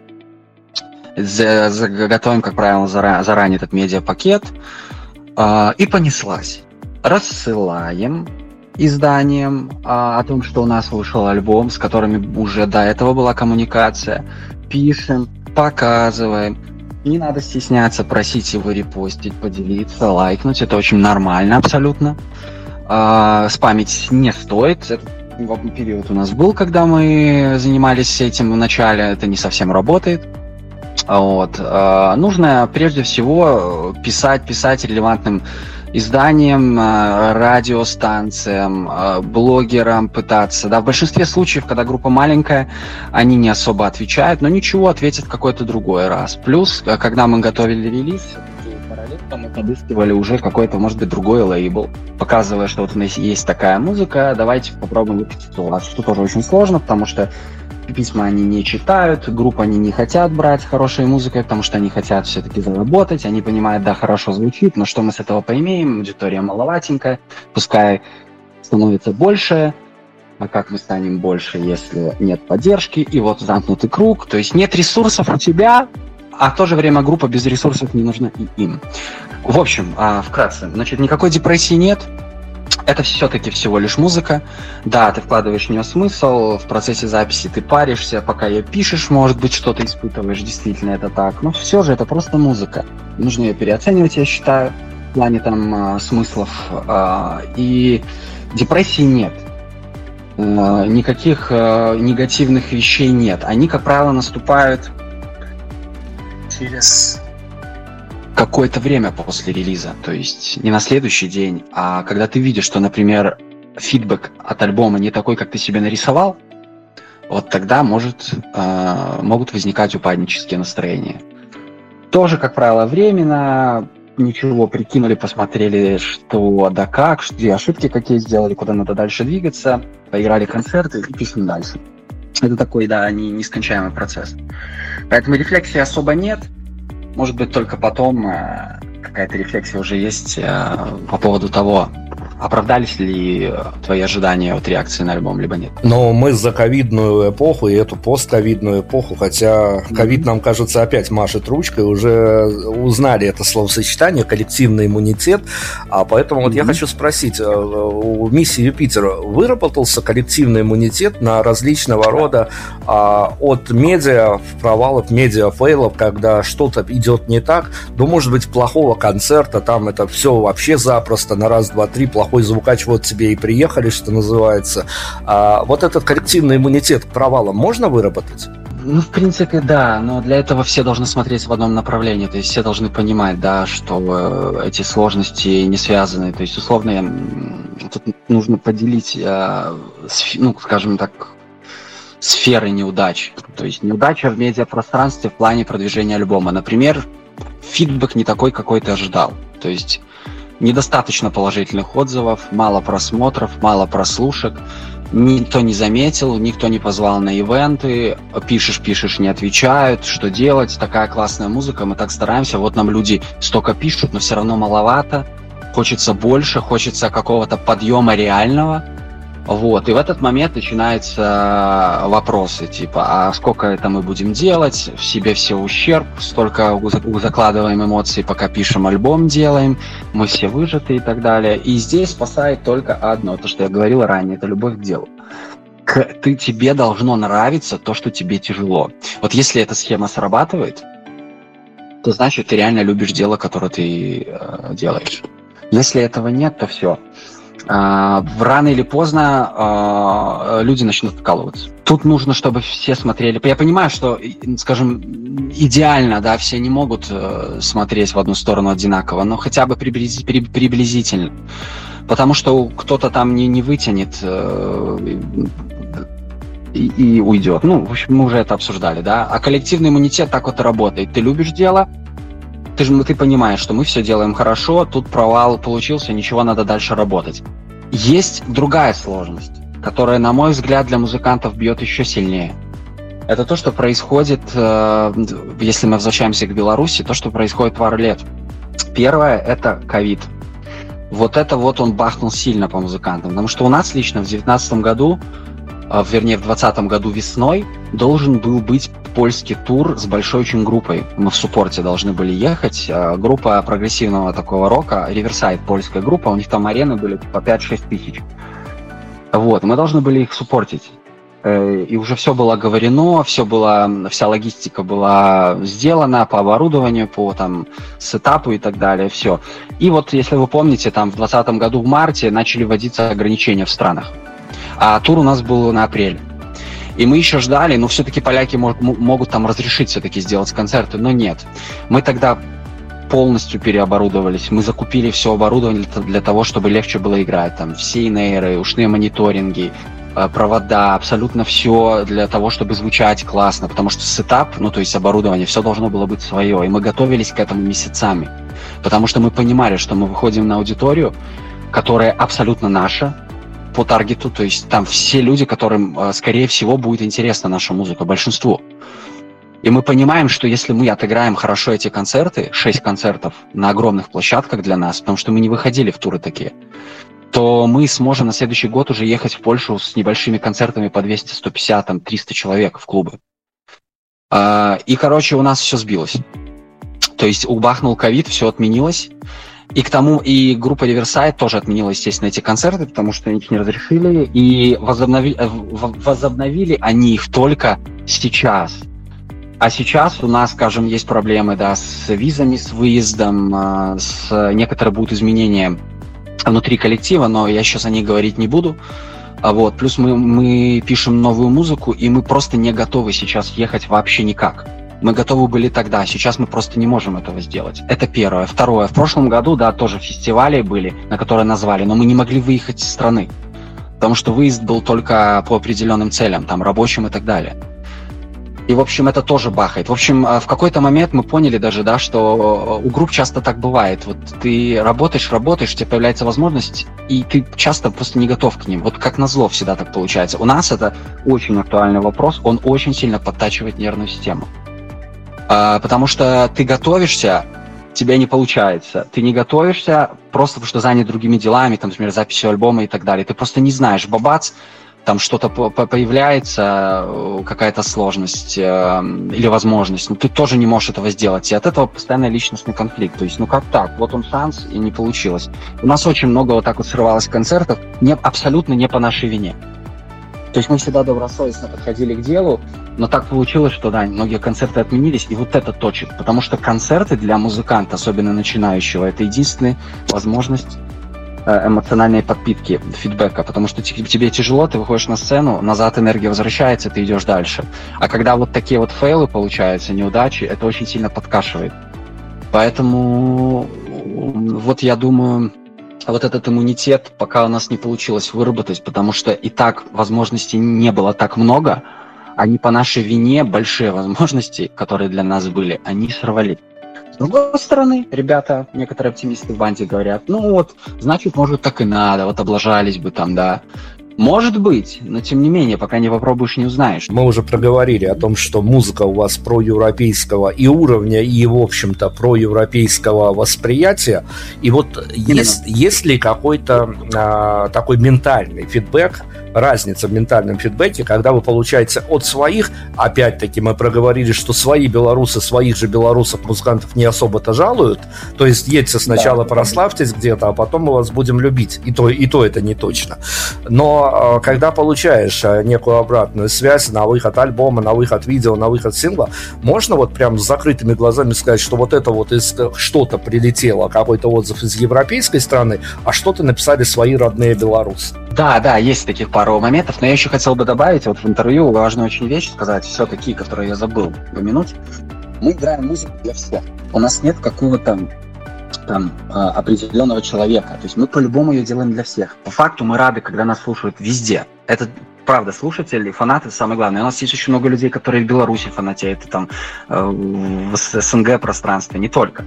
за- за- готовим, как правило, зара- заранее этот медиапакет, э, и понеслась. Рассылаем изданиям э, о том, что у нас вышел альбом, с которыми уже до этого была коммуникация, пишем, показываем. Не надо стесняться, просить его репостить, поделиться, лайкнуть. Это очень нормально абсолютно. А, спамить не стоит. Это период у нас был, когда мы занимались этим в начале, это не совсем работает. Вот. Нужно прежде всего писать, писать релевантным изданиям, радиостанциям, блогерам пытаться. Да, в большинстве случаев, когда группа маленькая, они не особо отвечают, но ничего, ответят в какой-то другой раз. Плюс, когда мы готовили релиз, параллельно мы подыскивали уже какой-то, может быть, другой лейбл, показывая, что вот у нас есть такая музыка, давайте попробуем выпустить у вас. Что тоже очень сложно, потому что письма они не читают, группы они не хотят брать хорошей музыкой, потому что они хотят все-таки заработать, они понимают, да, хорошо звучит, но что мы с этого поимеем, аудитория маловатенькая, пускай становится больше, а как мы станем больше, если нет поддержки, и вот замкнутый круг, то есть нет ресурсов у тебя, а в то же время группа без ресурсов не нужна и им. В общем, вкратце, значит, никакой депрессии нет. Это все-таки всего лишь музыка. Да, ты вкладываешь в нее смысл, в процессе записи ты паришься, пока ее пишешь, может быть, что-то испытываешь, действительно это так. Но все же это просто музыка. Нужно ее переоценивать, я считаю, в плане там смыслов. И депрессии нет. Никаких негативных вещей нет. Они, как правило, наступают через какое-то время после релиза, то есть не на следующий день, а когда ты видишь, что, например, фидбэк от альбома не такой, как ты себе нарисовал, вот тогда может, э, могут возникать упаднические настроения. Тоже, как правило, временно, ничего, прикинули, посмотрели, что да как, где ошибки какие сделали, куда надо дальше двигаться, поиграли концерты и пишем дальше. Это такой, да, не, нескончаемый процесс. Поэтому рефлексии особо нет. Может быть, только потом э, какая-то рефлексия уже есть э, по поводу того, оправдались ли твои ожидания от реакции на альбом, либо нет. Но мы за ковидную эпоху и эту постковидную эпоху, хотя ковид нам, кажется, опять машет ручкой, уже узнали это словосочетание «коллективный иммунитет», а поэтому mm-hmm. вот я хочу спросить, у миссии Юпитер выработался коллективный иммунитет на различного рода а, от медиа провалов, медиа фейлов, когда что-то идет не так, до, может быть, плохого концерта, там это все вообще запросто, на раз, два, три, плохой звукач, вот тебе и приехали, что называется. А вот этот коллективный иммунитет к провалам можно выработать? Ну, в принципе, да, но для этого все должны смотреть в одном направлении, то есть все должны понимать, да, что эти сложности не связаны, то есть, условно, тут нужно поделить, ну, скажем так, сферы неудач, то есть неудача в медиапространстве в плане продвижения альбома. Например, фидбэк не такой, какой ты ожидал, то есть недостаточно положительных отзывов, мало просмотров, мало прослушек, никто не заметил, никто не позвал на ивенты, пишешь, пишешь, не отвечают, что делать, такая классная музыка, мы так стараемся, вот нам люди столько пишут, но все равно маловато, хочется больше, хочется какого-то подъема реального. Вот, и в этот момент начинаются вопросы, типа, а сколько это мы будем делать, в себе все ущерб, столько закладываем эмоций, пока пишем альбом, делаем, мы все выжаты и так далее. И здесь спасает только одно, то, что я говорил ранее, это любовь к делу. К, ты, тебе должно нравиться то, что тебе тяжело. Вот если эта схема срабатывает, то значит, ты реально любишь дело, которое ты э, делаешь. Если этого нет, то все. Uh, рано или поздно uh, люди начнут вкалываться. Тут нужно, чтобы все смотрели. Я понимаю, что, скажем, идеально, да, все не могут uh, смотреть в одну сторону одинаково, но хотя бы приблизи- при- приблизительно. Потому что кто-то там не, не вытянет uh, и, и уйдет. Ну, в общем, мы уже это обсуждали, да. А коллективный иммунитет так вот и работает. Ты любишь дело, Ты же ты понимаешь, что мы все делаем хорошо, тут провал получился, ничего, надо дальше работать. Есть другая сложность, которая, на мой взгляд, для музыкантов бьет еще сильнее. Это то, что происходит, если мы возвращаемся к Беларуси, то, что происходит в Орлет. Первое – это ковид. Вот это вот он бахнул сильно по музыкантам, потому что у нас лично в девятнадцатом году, вернее, в двадцатом году весной должен был быть польский тур с большой очень группой. Мы в суппорте должны были ехать. Группа прогрессивного такого рока, Riverside, польская группа, у них там арены были по пять-шесть тысяч. Вот, мы должны были их суппортить. И уже все было оговорено, все было, вся логистика была сделана по оборудованию, по там сетапу и так далее, все. И вот, если вы помните, там в двадцатом году в марте начали вводиться ограничения в странах. А тур у нас был на апрель. И мы еще ждали, но все-таки поляки мог, могут там разрешить все-таки сделать концерты, но нет. Мы тогда полностью переоборудовались, мы закупили все оборудование для того, чтобы легче было играть. Там все инейры, ушные мониторинги, провода, абсолютно все для того, чтобы звучать классно, потому что сетап, ну то есть оборудование, все должно было быть свое, и мы готовились к этому месяцами, потому что мы понимали, что мы выходим на аудиторию, которая абсолютно наша, по таргету, то есть там все люди, которым, скорее всего, будет интересна наша музыка, большинству. И мы понимаем, что если мы отыграем хорошо эти концерты, шесть концертов на огромных площадках для нас, потому что мы не выходили в туры такие, то мы сможем на следующий год уже ехать в Польшу с небольшими концертами по двести, сто пятьдесят, там, триста человек в клубы. И, короче, у нас все сбилось. То есть убахнул ковид, все отменилось. И к тому, и группа Riverside тоже отменила, естественно, эти концерты, потому что их не разрешили. И возобновили, возобновили они их только сейчас. А сейчас у нас, скажем, есть проблемы, да, с визами, с выездом, с некоторые будут изменения внутри коллектива, но я сейчас о них говорить не буду. Вот. Плюс мы, мы пишем новую музыку, и мы просто не готовы сейчас ехать вообще никак. Мы готовы были тогда, сейчас мы просто не можем этого сделать. Это первое. Второе. В прошлом году, да, тоже фестивали были, на которые назвали, но мы не могли выехать из страны, потому что выезд был только по определенным целям, там, рабочим и так далее. И, в общем, это тоже бахает. В общем, в какой-то момент мы поняли даже, да, что у групп часто так бывает. Вот ты работаешь, работаешь, у тебя появляется возможность, и ты часто просто не готов к ним. Вот как назло всегда так получается. У нас это очень актуальный вопрос, он очень сильно подтачивает нервную систему. А, потому что ты готовишься, тебя не получается. Ты не готовишься просто потому, что занят другими делами, там, например, записью альбома и так далее. Ты просто не знаешь, бабац, там что-то появляется, какая-то сложность э, или возможность, но ты тоже не можешь этого сделать. И от этого постоянно личностный конфликт. То есть, ну как так? Вот он шанс, и не получилось. У нас очень много вот так вот срывалось концертов, не, абсолютно не по нашей вине. То есть мы всегда добросовестно подходили к делу, но так получилось, что, да, многие концерты отменились, и вот это точит. Потому что концерты для музыканта, особенно начинающего, это единственная возможность эмоциональной подпитки, фидбэка, потому что тебе тяжело, ты выходишь на сцену, назад энергия возвращается, ты идешь дальше. А когда вот такие вот фейлы получаются, неудачи, это очень сильно подкашивает. Поэтому вот я думаю, вот этот иммунитет пока у нас не получилось выработать, потому что и так возможностей не было так много, а не по нашей вине большие возможности, которые для нас были, они сорвались. С другой стороны, ребята, некоторые оптимисты в банде говорят, ну вот, значит, может, так и надо, вот облажались бы там, да. Может быть, но тем не менее, пока не попробуешь, не узнаешь. Мы уже проговорили о том, что музыка у вас проевропейского и уровня, и, в общем-то, проевропейского восприятия. И вот есть, есть ли какой-то а, такой ментальный фидбэк, разница в ментальном фидбэке, когда вы получаете от своих, опять-таки мы проговорили, что свои белорусы, своих же белорусов, музыкантов не особо-то жалуют, то есть едьте сначала, да, прославьтесь где-то, а потом мы вас будем любить, и то, и то это не точно. Но когда получаешь некую обратную связь на выход альбома, на выход видео, на выход сингла, можно вот прям с закрытыми глазами сказать, что вот это вот из что-то прилетело, какой-то отзыв из европейской страны, а что-то написали свои родные белорусы. Да, да, есть таких пару моментов, но я еще хотел бы добавить, вот в интервью важную очень вещь сказать, все-таки, которые я забыл упомянуть. Мы играем музыку для всех. У нас нет какого-то там определенного человека. То есть мы по-любому ее делаем для всех. По факту мы рады, когда нас слушают везде. Это правда, слушатели, фанаты, самое главное. У нас есть очень много людей, которые в Беларуси фанатеют, там, в СНГ пространстве, не только.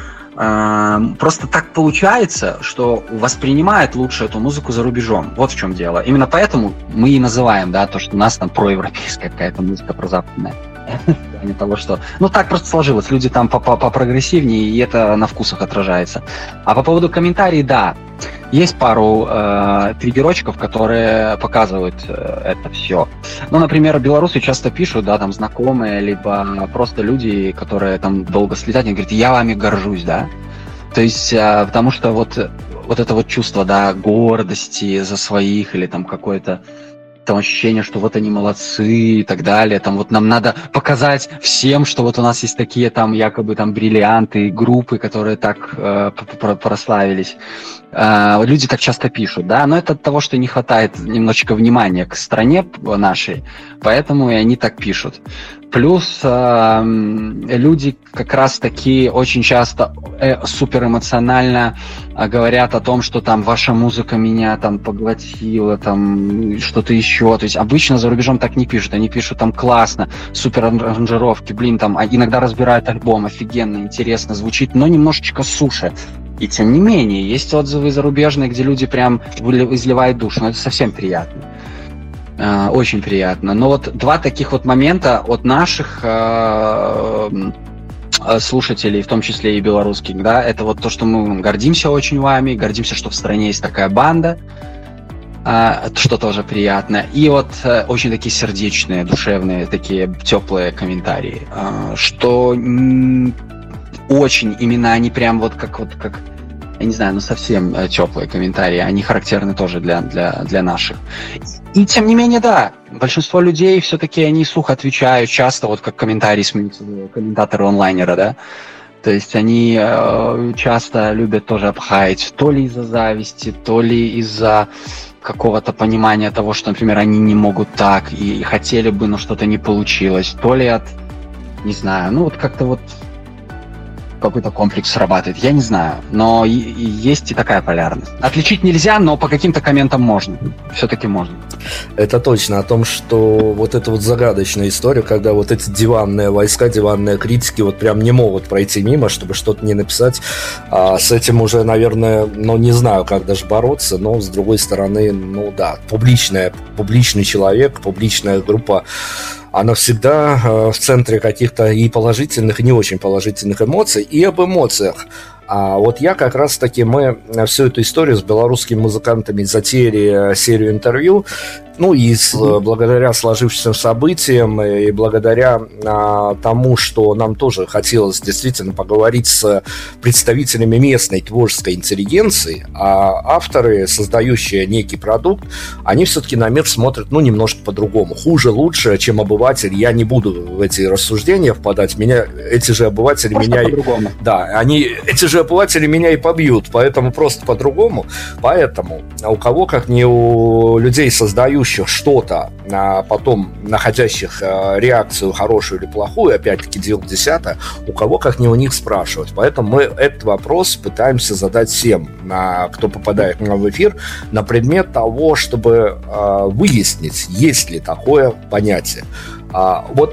Просто так получается, что воспринимают лучше эту музыку за рубежом. Вот в чем дело. Именно поэтому мы и называем, да, то, что у нас там проевропейская какая-то музыка, прозападная. А не того, что... Ну, так просто сложилось. Люди там попрогрессивнее, и это на вкусах отражается. А по поводу комментариев, да. Есть пару э, триггерочков, которые показывают э, это все. Ну, например, белорусы часто пишут, да, там, знакомые, либо просто люди, которые там долго слетают, они говорят, я вами горжусь, да. То есть, э, потому что вот, вот это вот чувство, да, гордости за своих или там какое-то там ощущение, что вот они молодцы и так далее, там вот нам надо показать всем, что вот у нас есть такие там якобы там бриллианты, группы, которые так э, прославились. Э, люди так часто пишут, да, но это от того, что не хватает немножечко внимания к стране нашей, поэтому и они так пишут. Плюс э, люди как раз-таки очень часто э, суперэмоционально э, говорят о том, что там ваша музыка меня там поглотила, там что-то еще. То есть обычно за рубежом так не пишут. Они пишут там классно, супер аранжировки, блин, там а иногда разбирают альбом, офигенно, интересно звучит, но немножечко суше. И тем не менее, есть отзывы зарубежные, где люди прям изливают душу, но это совсем приятно. Очень приятно. Но вот два таких вот момента от наших э, слушателей, в том числе и белорусских, да, это вот то, что мы гордимся очень вами, гордимся, что в стране есть такая банда, э, что тоже приятно. И вот э, очень такие сердечные, душевные, такие теплые комментарии, э, что м- очень именно они прям вот как вот как я не знаю, ну совсем теплые комментарии, они характерны тоже для, для, для наших. И тем не менее, да, большинство людей все-таки они сухо отвечают, часто вот как комментарии, комментаторы онлайнера, да, то есть они э, часто любят тоже обхаять, то ли из-за зависти, то ли из-за какого-то понимания того, что, например, они не могут так и, и хотели бы, но что-то не получилось, то ли от, не знаю, ну вот как-то вот какой-то комплекс срабатывает, я не знаю, но и, и есть и такая полярность. Отличить нельзя, но по каким-то комментам можно, все-таки можно. Это точно о том, что вот эта вот загадочная история, когда вот эти диванные войска, диванные критики вот прям не могут пройти мимо, чтобы что-то не написать, а с этим уже, наверное, ну не знаю, как даже бороться, но с другой стороны, ну да, публичная, публичный человек, публичная группа, она всегда э, в центре каких-то и положительных, и не очень положительных эмоций, и об эмоциях. А вот я как раз-таки, мы всю эту историю с белорусскими музыкантами затеяли серию интервью, ну и с, благодаря сложившимся событиям и благодаря а, тому, что нам тоже хотелось действительно поговорить с представителями местной творческой интеллигенции, а авторы, создающие некий продукт, они все-таки на мир смотрят, ну, немножко по-другому. Хуже, лучше, чем обыватель. Я не буду в эти рассуждения впадать. Меня, эти же обыватели просто меня... по-другому. Да, они, эти же обыватели меня и побьют, поэтому просто по-другому. Поэтому у кого, как не у людей, создающих что-то, а потом находящих реакцию хорошую или плохую, опять-таки дело десятое, у кого, как не у них, спрашивать. Поэтому мы этот вопрос пытаемся задать всем, кто попадает к нам в эфир, на предмет того, чтобы выяснить, есть ли такое понятие. Вот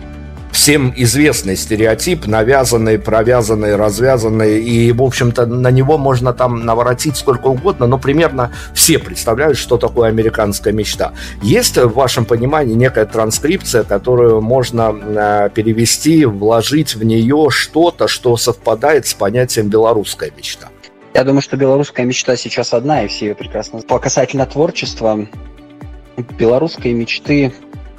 всем известный стереотип, навязанный, провязанный, развязанный, и, в общем-то, на него можно там наворотить сколько угодно, но примерно все представляют, что такое американская мечта. Есть в вашем понимании некая транскрипция, которую можно э, перевести, вложить в нее что-то, что совпадает с понятием белорусская мечта? Я думаю, что белорусская мечта сейчас одна, и все ее прекрасно знают. По касательно творчества, белорусской мечты,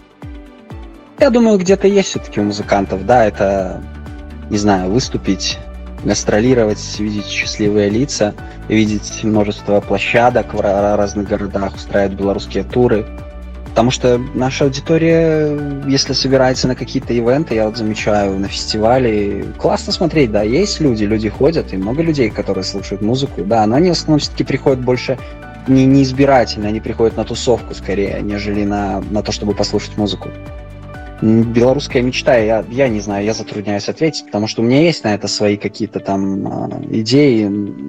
я думаю, где-то есть все-таки у музыкантов, да, это, не знаю, выступить, гастролировать, видеть счастливые лица, видеть множество площадок в разных городах, устраивать белорусские туры. Потому что наша аудитория, если собирается на какие-то ивенты, я вот замечаю на фестивале, классно смотреть, да, есть люди, люди ходят, и много людей, которые слушают музыку, да, но они в основном все-таки приходят больше не, не избирательно, они приходят на тусовку скорее, нежели на, на то, чтобы послушать музыку. Белорусская мечта, я, я не знаю, я затрудняюсь ответить, потому что у меня есть на это свои какие-то там э, идеи.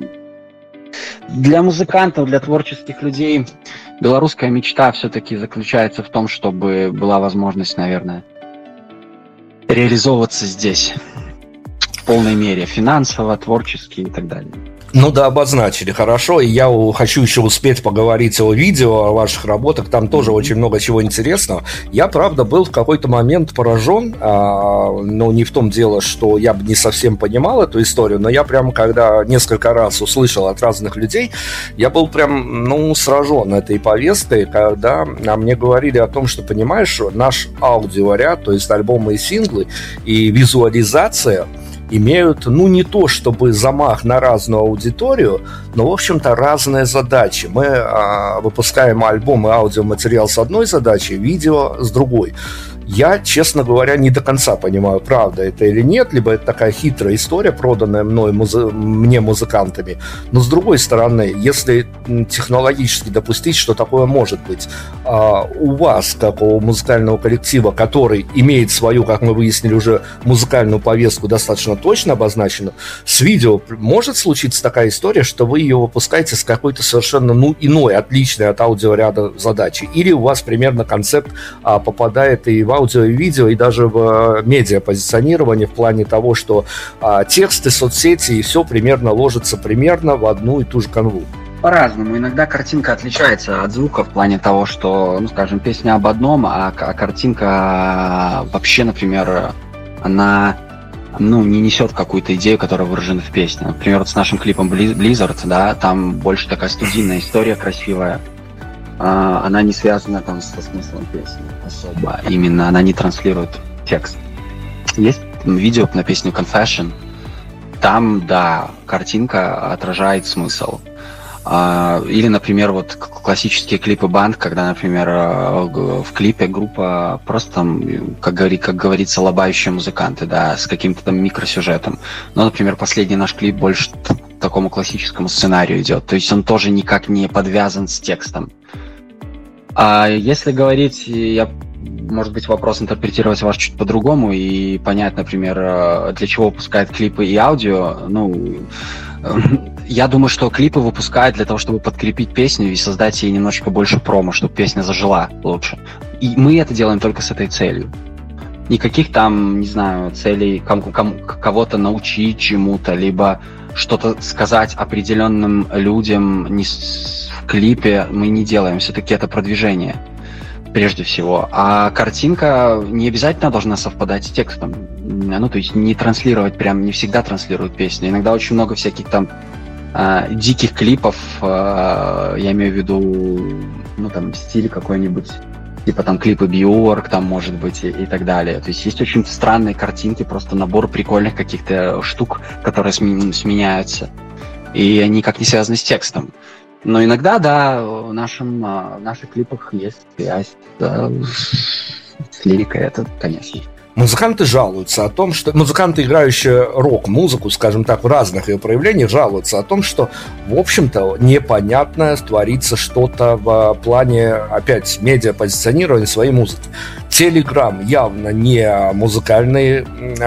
Для музыкантов, для творческих людей белорусская мечта все-таки заключается в том, чтобы была возможность, наверное, реализовываться здесь в полной мере, финансово, творчески и так далее. Ну да, обозначили, хорошо. И я хочу еще успеть поговорить о видео, о ваших работах. Там тоже mm-hmm. очень много чего интересного. Я, правда, был в какой-то момент поражен. А, но не в том дело, что я бы не совсем понимал эту историю, но я прям, когда несколько раз услышал от разных людей, я был прям, ну, сражен этой повесткой, когда мне говорили о том, что, понимаешь, наш аудиоряд, то есть альбомы и синглы, и визуализация, имеют, ну, не то чтобы замах на разную аудиторию, но, в общем-то, разные задачи. Мы а, выпускаем альбом и аудиоматериал с одной задачей, видео с другой. Я, честно говоря, не до конца понимаю, правда это или нет, либо это такая хитрая история, проданная мной, музы... мне музыкантами. Но, с другой стороны, если технологически допустить, что такое может быть, а у вас, как у музыкального коллектива, который имеет свою, как мы выяснили, уже музыкальную повестку достаточно точно обозначенную, с видео может случиться такая история, что вы ее выпускаете с какой-то совершенно ну, иной, отличной от аудиоряда задачи? Или у вас примерно концепт а, попадает и в аудио и видео, и даже в медиапозиционирование в плане того, что а, тексты, соцсети и все примерно ложится примерно в одну и ту же канву? По-разному. Иногда картинка отличается от звука в плане того, что, ну, скажем, песня об одном, а, а картинка вообще, например, она, ну, не несет какую-то идею, которая выражена в песне. Например, вот с нашим клипом Blizzard, да, там больше такая студийная история красивая. Она не связана там со смыслом песни особо. Именно она не транслирует текст. Есть видео на песню Confession. Там, да, картинка отражает смысл. Или, например, вот классические клипы банд, когда, например, в клипе группа просто там, как, говори, как говорится, лобающие музыканты, да, с каким-то там микросюжетом. Но, например, последний наш клип больше к такому классическому сценарию идет. То есть он тоже никак не подвязан с текстом. А если говорить, я, может быть, вопрос интерпретировать ваш чуть по-другому и понять, например, для чего выпускают клипы и аудио, ну, я думаю, что клипы выпускают для того, чтобы подкрепить песню и создать ей немножечко больше промо, чтобы песня зажила лучше. И мы это делаем только с этой целью. Никаких там, не знаю, целей кому- кому- кого-то научить чему-то, либо что-то сказать определенным людям не с... в клипе мы не делаем. Все-таки это продвижение, прежде всего. А картинка не обязательно должна совпадать с текстом. Ну, то есть не транслировать, прям не всегда транслируют песню. Иногда очень много всяких там э, диких клипов, э, я имею в виду, ну, там, стиль какой-нибудь, типа там клипы Björk, там, может быть, и, и так далее. То есть есть очень странные картинки, просто набор прикольных каких-то штук, которые сме- сменяются. И они никак не связаны с текстом. Но иногда, да, в, нашем, в наших клипах есть связь, да, с лирикой, это, конечно. Музыканты жалуются о том, что... Музыканты, играющие рок-музыку, скажем так, в разных ее проявлениях, жалуются о том, что, в общем-то, непонятное творится что-то в плане, опять, медиапозиционирования своей музыки. Telegram явно не музыкальный,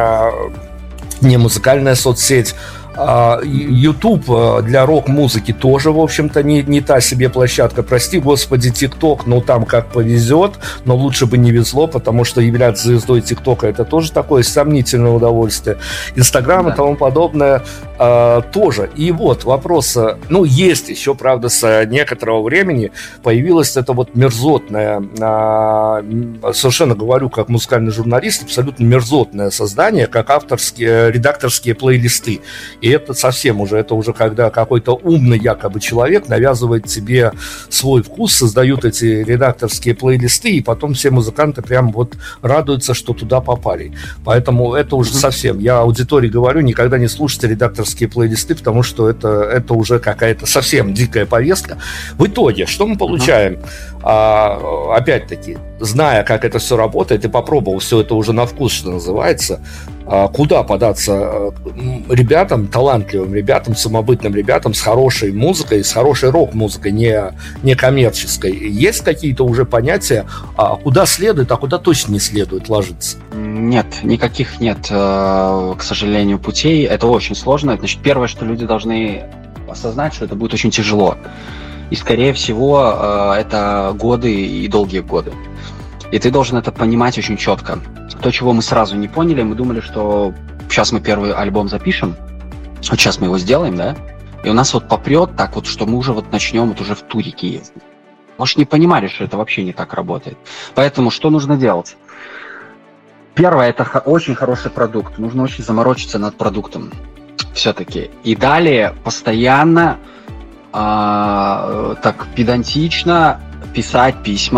не музыкальная соцсеть. YouTube для рок-музыки тоже, в общем-то, не, не та себе площадка. Прости, господи, TikTok, ну там как повезет, но лучше бы не везло, потому что являться звездой TikTok это тоже такое сомнительное удовольствие. Инстаграм да. и тому подобное а, тоже. И вот вопрос, ну есть еще, правда, с некоторого времени появилась эта вот мерзотная, а, совершенно говорю как музыкальный журналист, абсолютно мерзотное создание, как авторские, редакторские плейлисты. И это совсем уже, это уже когда какой-то умный якобы человек навязывает тебе свой вкус, создают эти редакторские плейлисты, и потом все музыканты прям вот радуются, что туда попали. Поэтому это уже совсем, я аудитории говорю, никогда не слушайте редакторские плейлисты, потому что это, это уже какая-то совсем дикая повестка. В итоге, что мы получаем? А, опять-таки, зная, как это все работает, и попробовал все это уже на вкус, что называется, а, куда податься ребятам, талантливым ребятам, самобытным ребятам с хорошей музыкой, с хорошей рок-музыкой, не, не коммерческой. Есть какие-то уже понятия, а куда следует, а куда точно не следует ложиться? Нет, никаких нет, к сожалению, путей. Это очень сложно. Значит, первое, что люди должны осознать, что это будет очень тяжело. И, скорее всего, это годы и долгие годы. И ты должен это понимать очень четко. То, чего мы сразу не поняли, мы думали, что сейчас мы первый альбом запишем, вот сейчас мы его сделаем, да, и у нас вот попрет так вот, что мы уже вот начнем вот уже в турике ездить. Может, не понимали, что это вообще не так работает. Поэтому что нужно делать? Первое, это очень хороший продукт. Нужно очень заморочиться над продуктом все-таки. И далее постоянно э, так педантично писать письма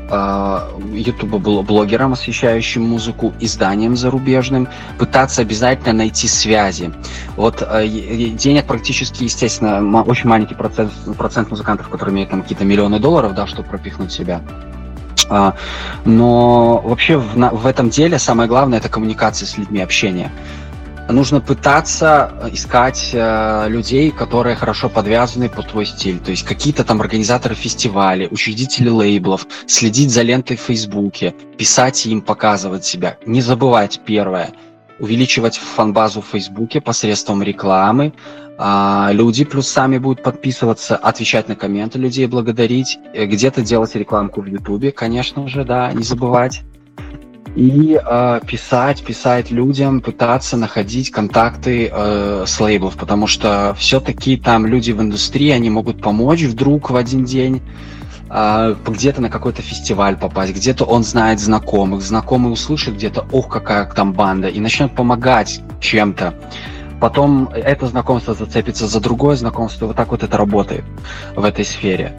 Ютуба был блогером, освещающим музыку, изданием зарубежным, пытаться обязательно найти связи. Вот денег практически, естественно, очень маленький процент, процент музыкантов, которые имеют там какие-то миллионы долларов, да, чтобы пропихнуть себя. Но вообще в, в этом деле самое главное — это коммуникация с людьми, общение. Нужно пытаться искать э, людей, которые хорошо подвязаны под твой стиль. То есть какие-то там организаторы фестивалей, учредители лейблов, следить за лентой в Фейсбуке, писать им, показывать себя. Не забывать первое — увеличивать фан-базу в Фейсбуке посредством рекламы. А, люди плюс сами будут подписываться, отвечать на комменты людей, благодарить. Где-то делать рекламку в Ютубе, конечно же, да, не забывать. И э, писать, писать людям, пытаться находить контакты э, с лейблов, потому что все-таки там люди в индустрии, они могут помочь вдруг в один день, э, где-то на какой-то фестиваль попасть, где-то он знает знакомых, знакомый услышит где-то, ох, какая там банда, и начнет помогать чем-то. Потом это знакомство зацепится за другое знакомство, и вот так вот это работает в этой сфере.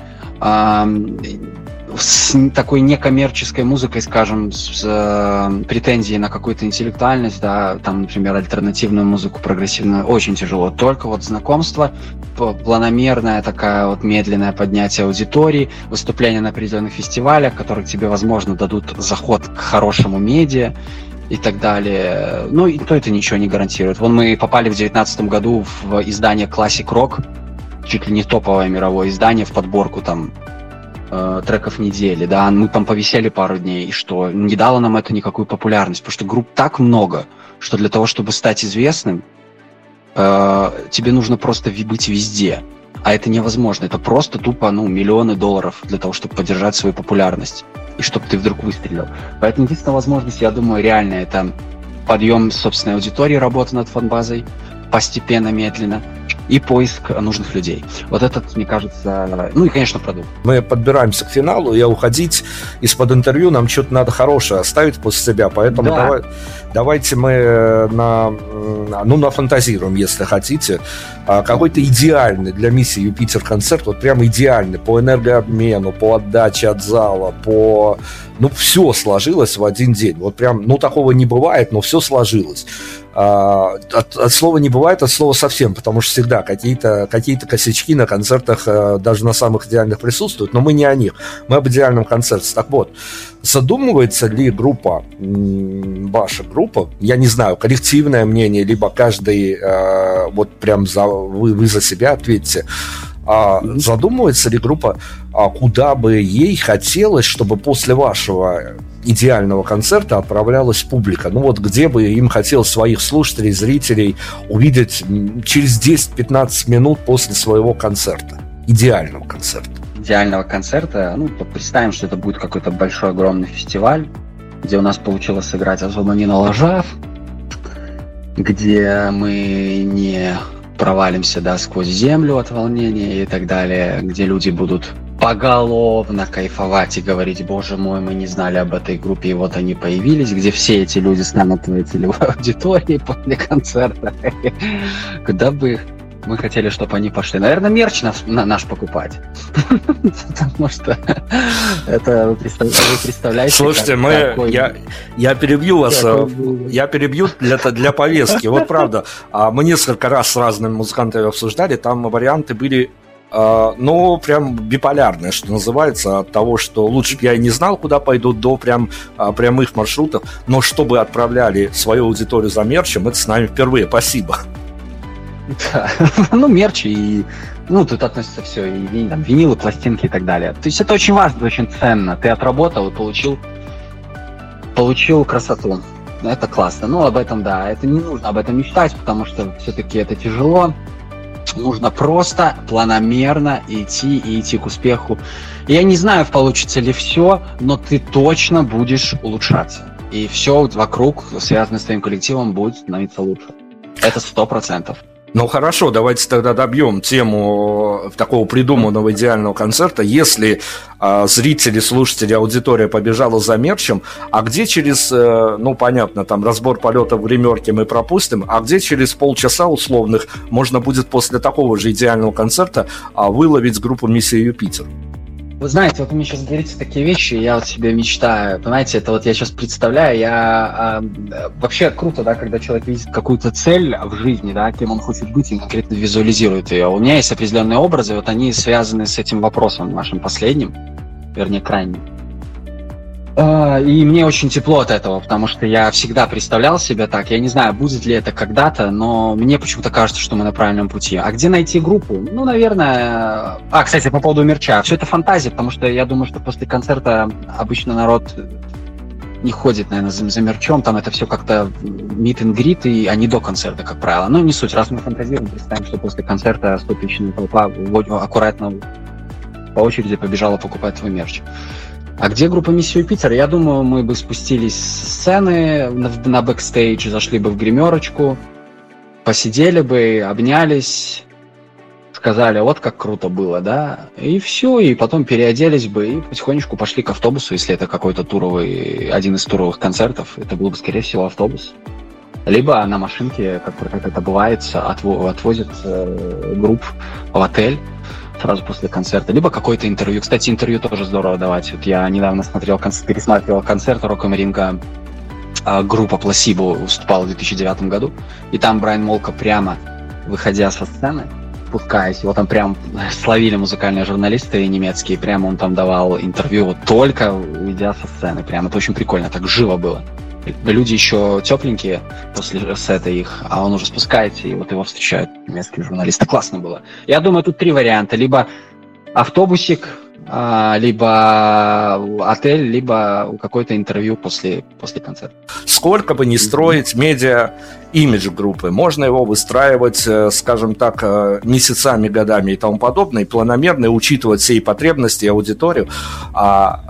С такой некоммерческой музыкой, скажем, с э, претензией на какую-то интеллектуальность, да, там, например, альтернативную музыку, прогрессивную, очень тяжело. Только вот знакомство, планомерное такая вот медленное поднятие аудитории, выступления на определенных фестивалях, которые тебе, возможно, дадут заход к хорошему медиа и так далее. Ну, и то это ничего не гарантирует. Вон мы попали в девятнадцатом году в издание Classic Rock, чуть ли не топовое мировое издание, в подборку там треков недели, да, мы там повисели пару дней, и что? Не дало нам это никакую популярность, потому что групп так много, что для того, чтобы стать известным, э, тебе нужно просто быть везде, а это невозможно, это просто тупо, ну, миллионы долларов для того, чтобы поддержать свою популярность, и чтобы ты вдруг выстрелил. Поэтому единственная возможность, я думаю, реальная, это подъем собственной аудитории, работа над фан-базой, постепенно, медленно, и поиск нужных людей. Вот этот, мне кажется, ну и, конечно, продукт. Мы подбираемся к финалу, и уходить из-под интервью нам что-то надо хорошее оставить после себя, поэтому да. давай, давайте мы на, ну, нафантазируем, если хотите, какой-то идеальный для миссии Юпитер концерт, вот прям идеальный по энергообмену, по отдаче от зала, по... Ну, все сложилось в один день. Вот прям, ну, такого не бывает, но все сложилось. От, от слова не бывает, от слова совсем, потому что всегда какие-то, какие-то косячки на концертах, даже на самых идеальных, присутствуют, но мы не о них, мы об идеальном концерте. Так вот, задумывается ли группа, ваша группа, я не знаю, коллективное мнение, либо каждый, вот прям за, вы, вы за себя ответьте, А задумывается ли группа, а куда бы ей хотелось, чтобы после вашего идеального концерта отправлялась публика? Ну вот где бы им хотелось своих слушателей, зрителей увидеть через десять-пятнадцать минут после своего концерта, идеального концерта? Идеального концерта, ну, представим, что это будет какой-то большой, огромный фестиваль, где у нас получилось сыграть особо не налажав, где мы не... провалимся, да, сквозь землю от волнения и так далее, где люди будут поголовно кайфовать и говорить: боже мой, мы не знали об этой группе, и вот они появились, где все эти люди станут твоей целевой аудиторией после концерта. Куда бы мы хотели, чтобы они пошли? Наверное, мерч наш, на, наш покупать. Потому что это вы представляете... Слушайте, как, мы, какой... я, я перебью вас, какой... я перебью для, для повестки. Вот правда, мы несколько раз с разными музыкантами обсуждали, там варианты были, ну, прям биполярные, что называется, от того, что лучше бы я и не знал, куда пойдут, до прям прямых маршрутов, но чтобы отправляли свою аудиторию за мерчем, это с нами впервые. Спасибо. Да. Ну, мерч и... Ну, тут относится все, и там, винилы, пластинки и так далее. То есть это очень важно, очень ценно. Ты отработал и получил, получил красоту. Это классно. Ну, об этом, да, это не нужно об этом мечтать, потому что все-таки это тяжело. Нужно просто планомерно идти и идти к успеху. И я не знаю, получится ли все, но ты точно будешь улучшаться. И все вокруг, связанное с твоим коллективом, будет становиться лучше. Это сто процентов. Ну хорошо, давайте тогда добьем тему такого придуманного идеального концерта. Если э, зрители, слушатели, аудитория побежала за мерчем, а где через, э, ну понятно, там разбор полета в гримерке мы пропустим, а где через полчаса условных можно будет после такого же идеального концерта э, выловить группу «Миссия Юпитер»? Вы знаете, вот вы мне сейчас говорите такие вещи, я вот себе мечтаю, понимаете, это вот я сейчас представляю, я а, вообще круто, да, когда человек видит какую-то цель в жизни, да, кем он хочет быть, и конкретно визуализирует ее. У меня есть определенные образы, вот они связаны с этим вопросом вашим последним, вернее, крайним. А, и мне очень тепло от этого, потому что я всегда представлял себя так. Я не знаю, будет ли это когда-то, но мне почему-то кажется, что мы на правильном пути. А где найти группу? Ну, наверное... А, кстати, по поводу мерча. Все это фантазия, потому что я думаю, что после концерта обычно народ не ходит, наверное, за, за мерчом. Там это все как-то meet and greet, и, а не до концерта, как правило. Ну, не суть. Раз мы фантазируем, представим, что после концерта стотысячная толпа аккуратно по очереди побежала покупать твой мерч. А где группа «Миссия Юпитер»? Я думаю, мы бы спустились с сцены на, на бэкстейдж, зашли бы в гримерочку, посидели бы, обнялись, сказали, вот как круто было, да, и все, и потом переоделись бы и потихонечку пошли к автобусу, если это какой-то туровый, один из туровых концертов, это был бы, скорее всего, автобус. Либо на машинке, как, как это бывает, отво, отвозят э, групп в отель сразу после концерта, либо какое-то интервью. Кстати, интервью тоже здорово давать. Вот я недавно смотрел, пересматривал концерт Рок am Ring, группа Placebo выступала в две тысячи девятом году, и там Брайан Молко прямо, выходя со сцены, спускаясь, его там прям словили музыкальные журналисты немецкие, прямо он там давал интервью, вот только уйдя со сцены. Прям это очень прикольно, так живо было. Люди еще тепленькие после сета их, а он уже спускается, и вот его встречают немецкие журналисты. Классно было. Я думаю, тут три варианта. Либо автобусик, либо отель, либо какое-то интервью после, после концерта. Сколько бы ни строить медиа-имидж группы, можно его выстраивать, скажем так, месяцами, годами и тому подобное, и планомерно, и учитывать все и потребности, и аудиторию. А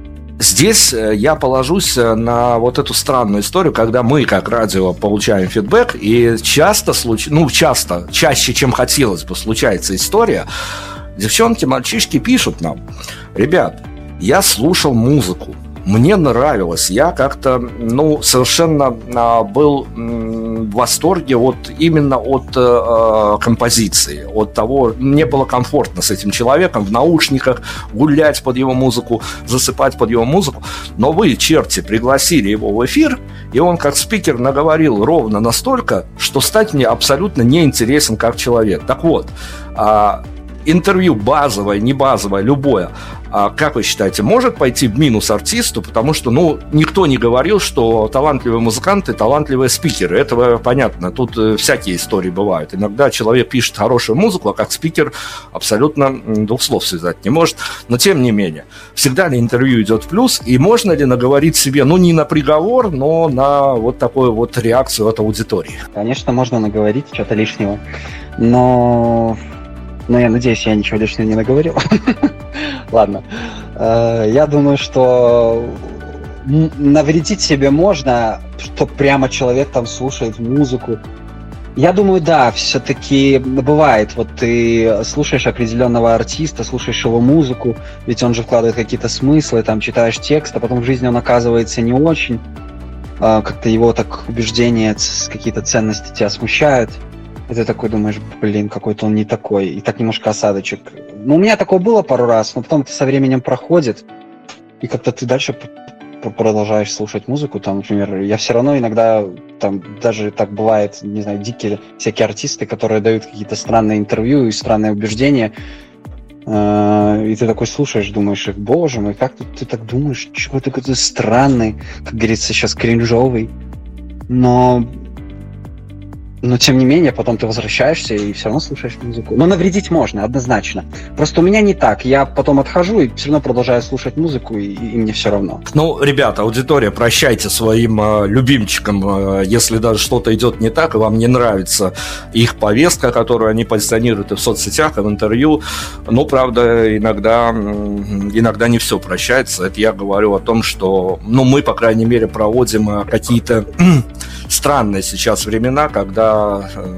здесь я положусь на вот эту странную историю, когда мы, как радио, получаем фидбэк, и часто, случ... ну, часто, чаще, чем хотелось бы, случается история. Девчонки, мальчишки пишут нам: ребят, я слушал музыку, мне нравилось, я как-то, ну, совершенно а, был м, в восторге от, именно от а, композиции, от того, мне было комфортно с этим человеком в наушниках, гулять под его музыку, засыпать под его музыку, но вы, черти, пригласили его в эфир, и он как спикер наговорил ровно настолько, что стать мне абсолютно неинтересен как человек. Так вот, а, интервью базовое, не базовое, любое, а как вы считаете, может пойти в минус артисту, потому что, ну, никто не говорил, что талантливые музыканты, талантливые спикеры, этого понятно, тут э, всякие истории бывают. Иногда человек пишет хорошую музыку, а как спикер абсолютно двух слов связать не может, но тем не менее, всегда ли интервью идет в плюс, и можно ли наговорить себе, ну, не на приговор, но на вот такую вот реакцию от аудитории? Конечно, можно наговорить что-то лишнего, но... Но я надеюсь, я ничего лишнего не наговорил. Ладно. Я думаю, что навредить себе можно, что прямо человек там слушает музыку. Я думаю, да, все-таки бывает. Вот ты слушаешь определенного артиста, слушаешь его музыку, ведь он же вкладывает какие-то смыслы, там читаешь текст, а потом в жизни он оказывается не очень. Как-то его так убеждения, какие-то ценности тебя смущают. И ты такой думаешь, блин, какой-то он не такой. И так немножко осадочек. Ну, у меня такое было пару раз, но потом это со временем проходит. И как-то ты дальше продолжаешь слушать музыку. Там, например, я все равно иногда, там, даже так бывает, не знаю, дикие всякие артисты, которые дают какие-то странные интервью и странные убеждения. И ты такой слушаешь, думаешь, боже мой, как ты, ты так думаешь? Чего ты какой-то странный, как говорится, сейчас кринжовый. Но... Но, тем не менее, потом ты возвращаешься и все равно слушаешь музыку. Но навредить можно, однозначно. Просто у меня не так. Я потом отхожу и все равно продолжаю слушать музыку, и, и мне все равно. Ну, ребята, аудитория, прощайте своим э, любимчикам, э, если даже что-то идет не так, и вам не нравится их повестка, которую они позиционируют и в соцсетях, и в интервью. Ну, правда, иногда, иногда не все прощается. Это я говорю о том, что, ну, мы, по крайней мере, проводим какие-то странные сейчас времена, когда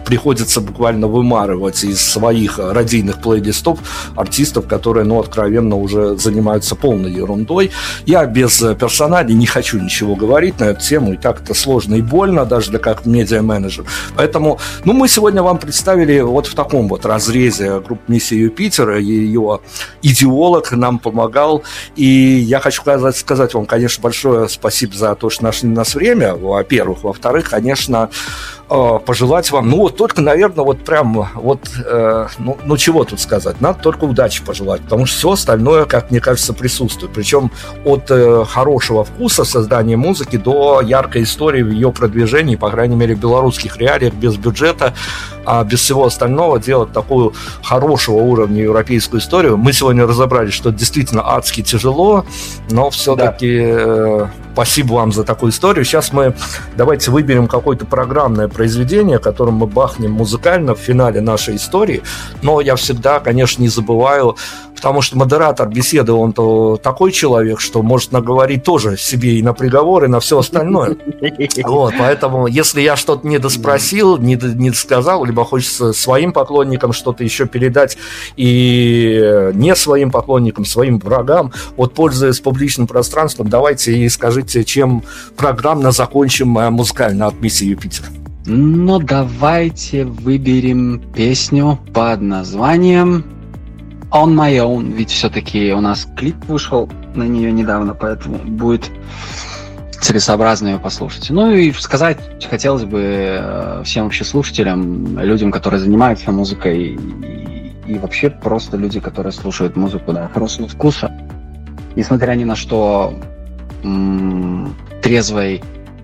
приходится буквально вымарывать из своих радийных плейлистов артистов, которые, ну, откровенно уже занимаются полной ерундой. Я без персоналей не хочу ничего говорить на эту тему, и так это сложно и больно, даже для как медиа-менеджер. Поэтому, ну, мы сегодня вам представили вот в таком вот разрезе группу «Миссия Юпитер», ее идеолог нам помогал, и я хочу сказать, сказать вам, конечно, большое спасибо за то, что нашли на нас время, во-первых. Во-вторых, конечно, пожелать вам, ну, вот только, наверное, вот прям, вот, э, ну, ну, чего тут сказать, надо только удачи пожелать, потому что все остальное, как мне кажется, присутствует, причем от э, хорошего вкуса создания музыки до яркой истории в ее продвижении, по крайней мере, в белорусских реалиях, без бюджета, а без всего остального делать такую хорошего уровня европейскую историю. Мы сегодня разобрались, что это действительно адски тяжело, но все-таки да. э, спасибо вам за такую историю. Сейчас мы давайте выберем какое-то программное произведение, которым мы бахнем музыкально в финале нашей истории. Но я всегда, конечно, не забываю, потому что модератор беседы, он-то такой человек, что может наговорить тоже себе и на приговор, и на все остальное. Вот, поэтому, если я что-то не доспросил, не, не досказал, либо хочется своим поклонникам что-то еще передать, и не своим поклонникам, своим врагам, вот, пользуясь публичным пространством, давайте и скажите, чем программно закончим музыкально от «Миссии Юпитер». Ну, давайте выберем песню под названием «On My Own», ведь все-таки у нас клип вышел на нее недавно, поэтому будет целесообразно ее послушать. Ну и сказать хотелось бы всем вообще слушателям, людям, которые занимаются музыкой, и, и вообще просто люди, которые слушают музыку, да, хорошего вкуса, несмотря ни на что, м- трезвой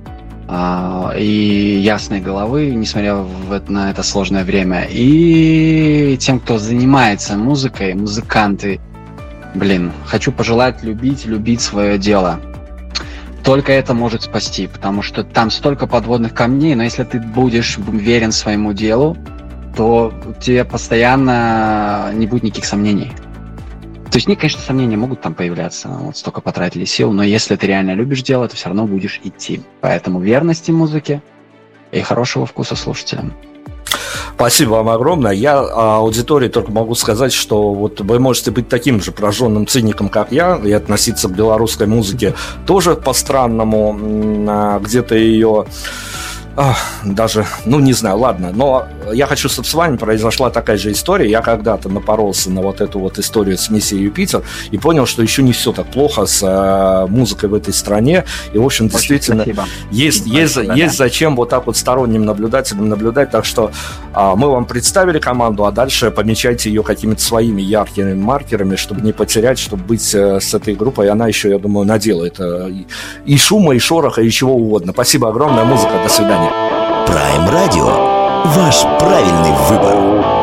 и ясной головы, несмотря в, на это сложное время. И тем, кто занимается музыкой, музыканты, блин, хочу пожелать любить, любить свое дело. Только это может спасти, потому что там столько подводных камней, но если ты будешь верен своему делу, то тебе постоянно не будет никаких сомнений. То есть, конечно, сомнения могут там появляться, вот столько потратили сил, но если ты реально любишь дело, ты все равно будешь идти. Поэтому верности музыке и хорошего вкуса слушателям. Спасибо вам огромное. Я аудитории только могу сказать, что вот вы можете быть таким же прожженным циником, как я, и относиться к белорусской музыке тоже по-странному, где-то ее... Ах, даже, ну не знаю, ладно, но я хочу, чтобы с вами произошла такая же история. Я когда-то напоролся на вот эту вот историю с «Миссией Юпитер» и понял, что еще не все так плохо с э, музыкой в этой стране. И, в общем, действительно, есть, есть, спасибо, есть да. зачем вот так вот сторонним наблюдателям наблюдать. Так что э, мы вам представили команду, а дальше помечайте ее какими-то своими яркими маркерами, чтобы не потерять, чтобы быть э, с этой группой. И она еще, я думаю, наделает э, и шума, и шороха, и чего угодно. Спасибо огромное. Музыка. До свидания. Prime Radio. Ваш правильный выбор.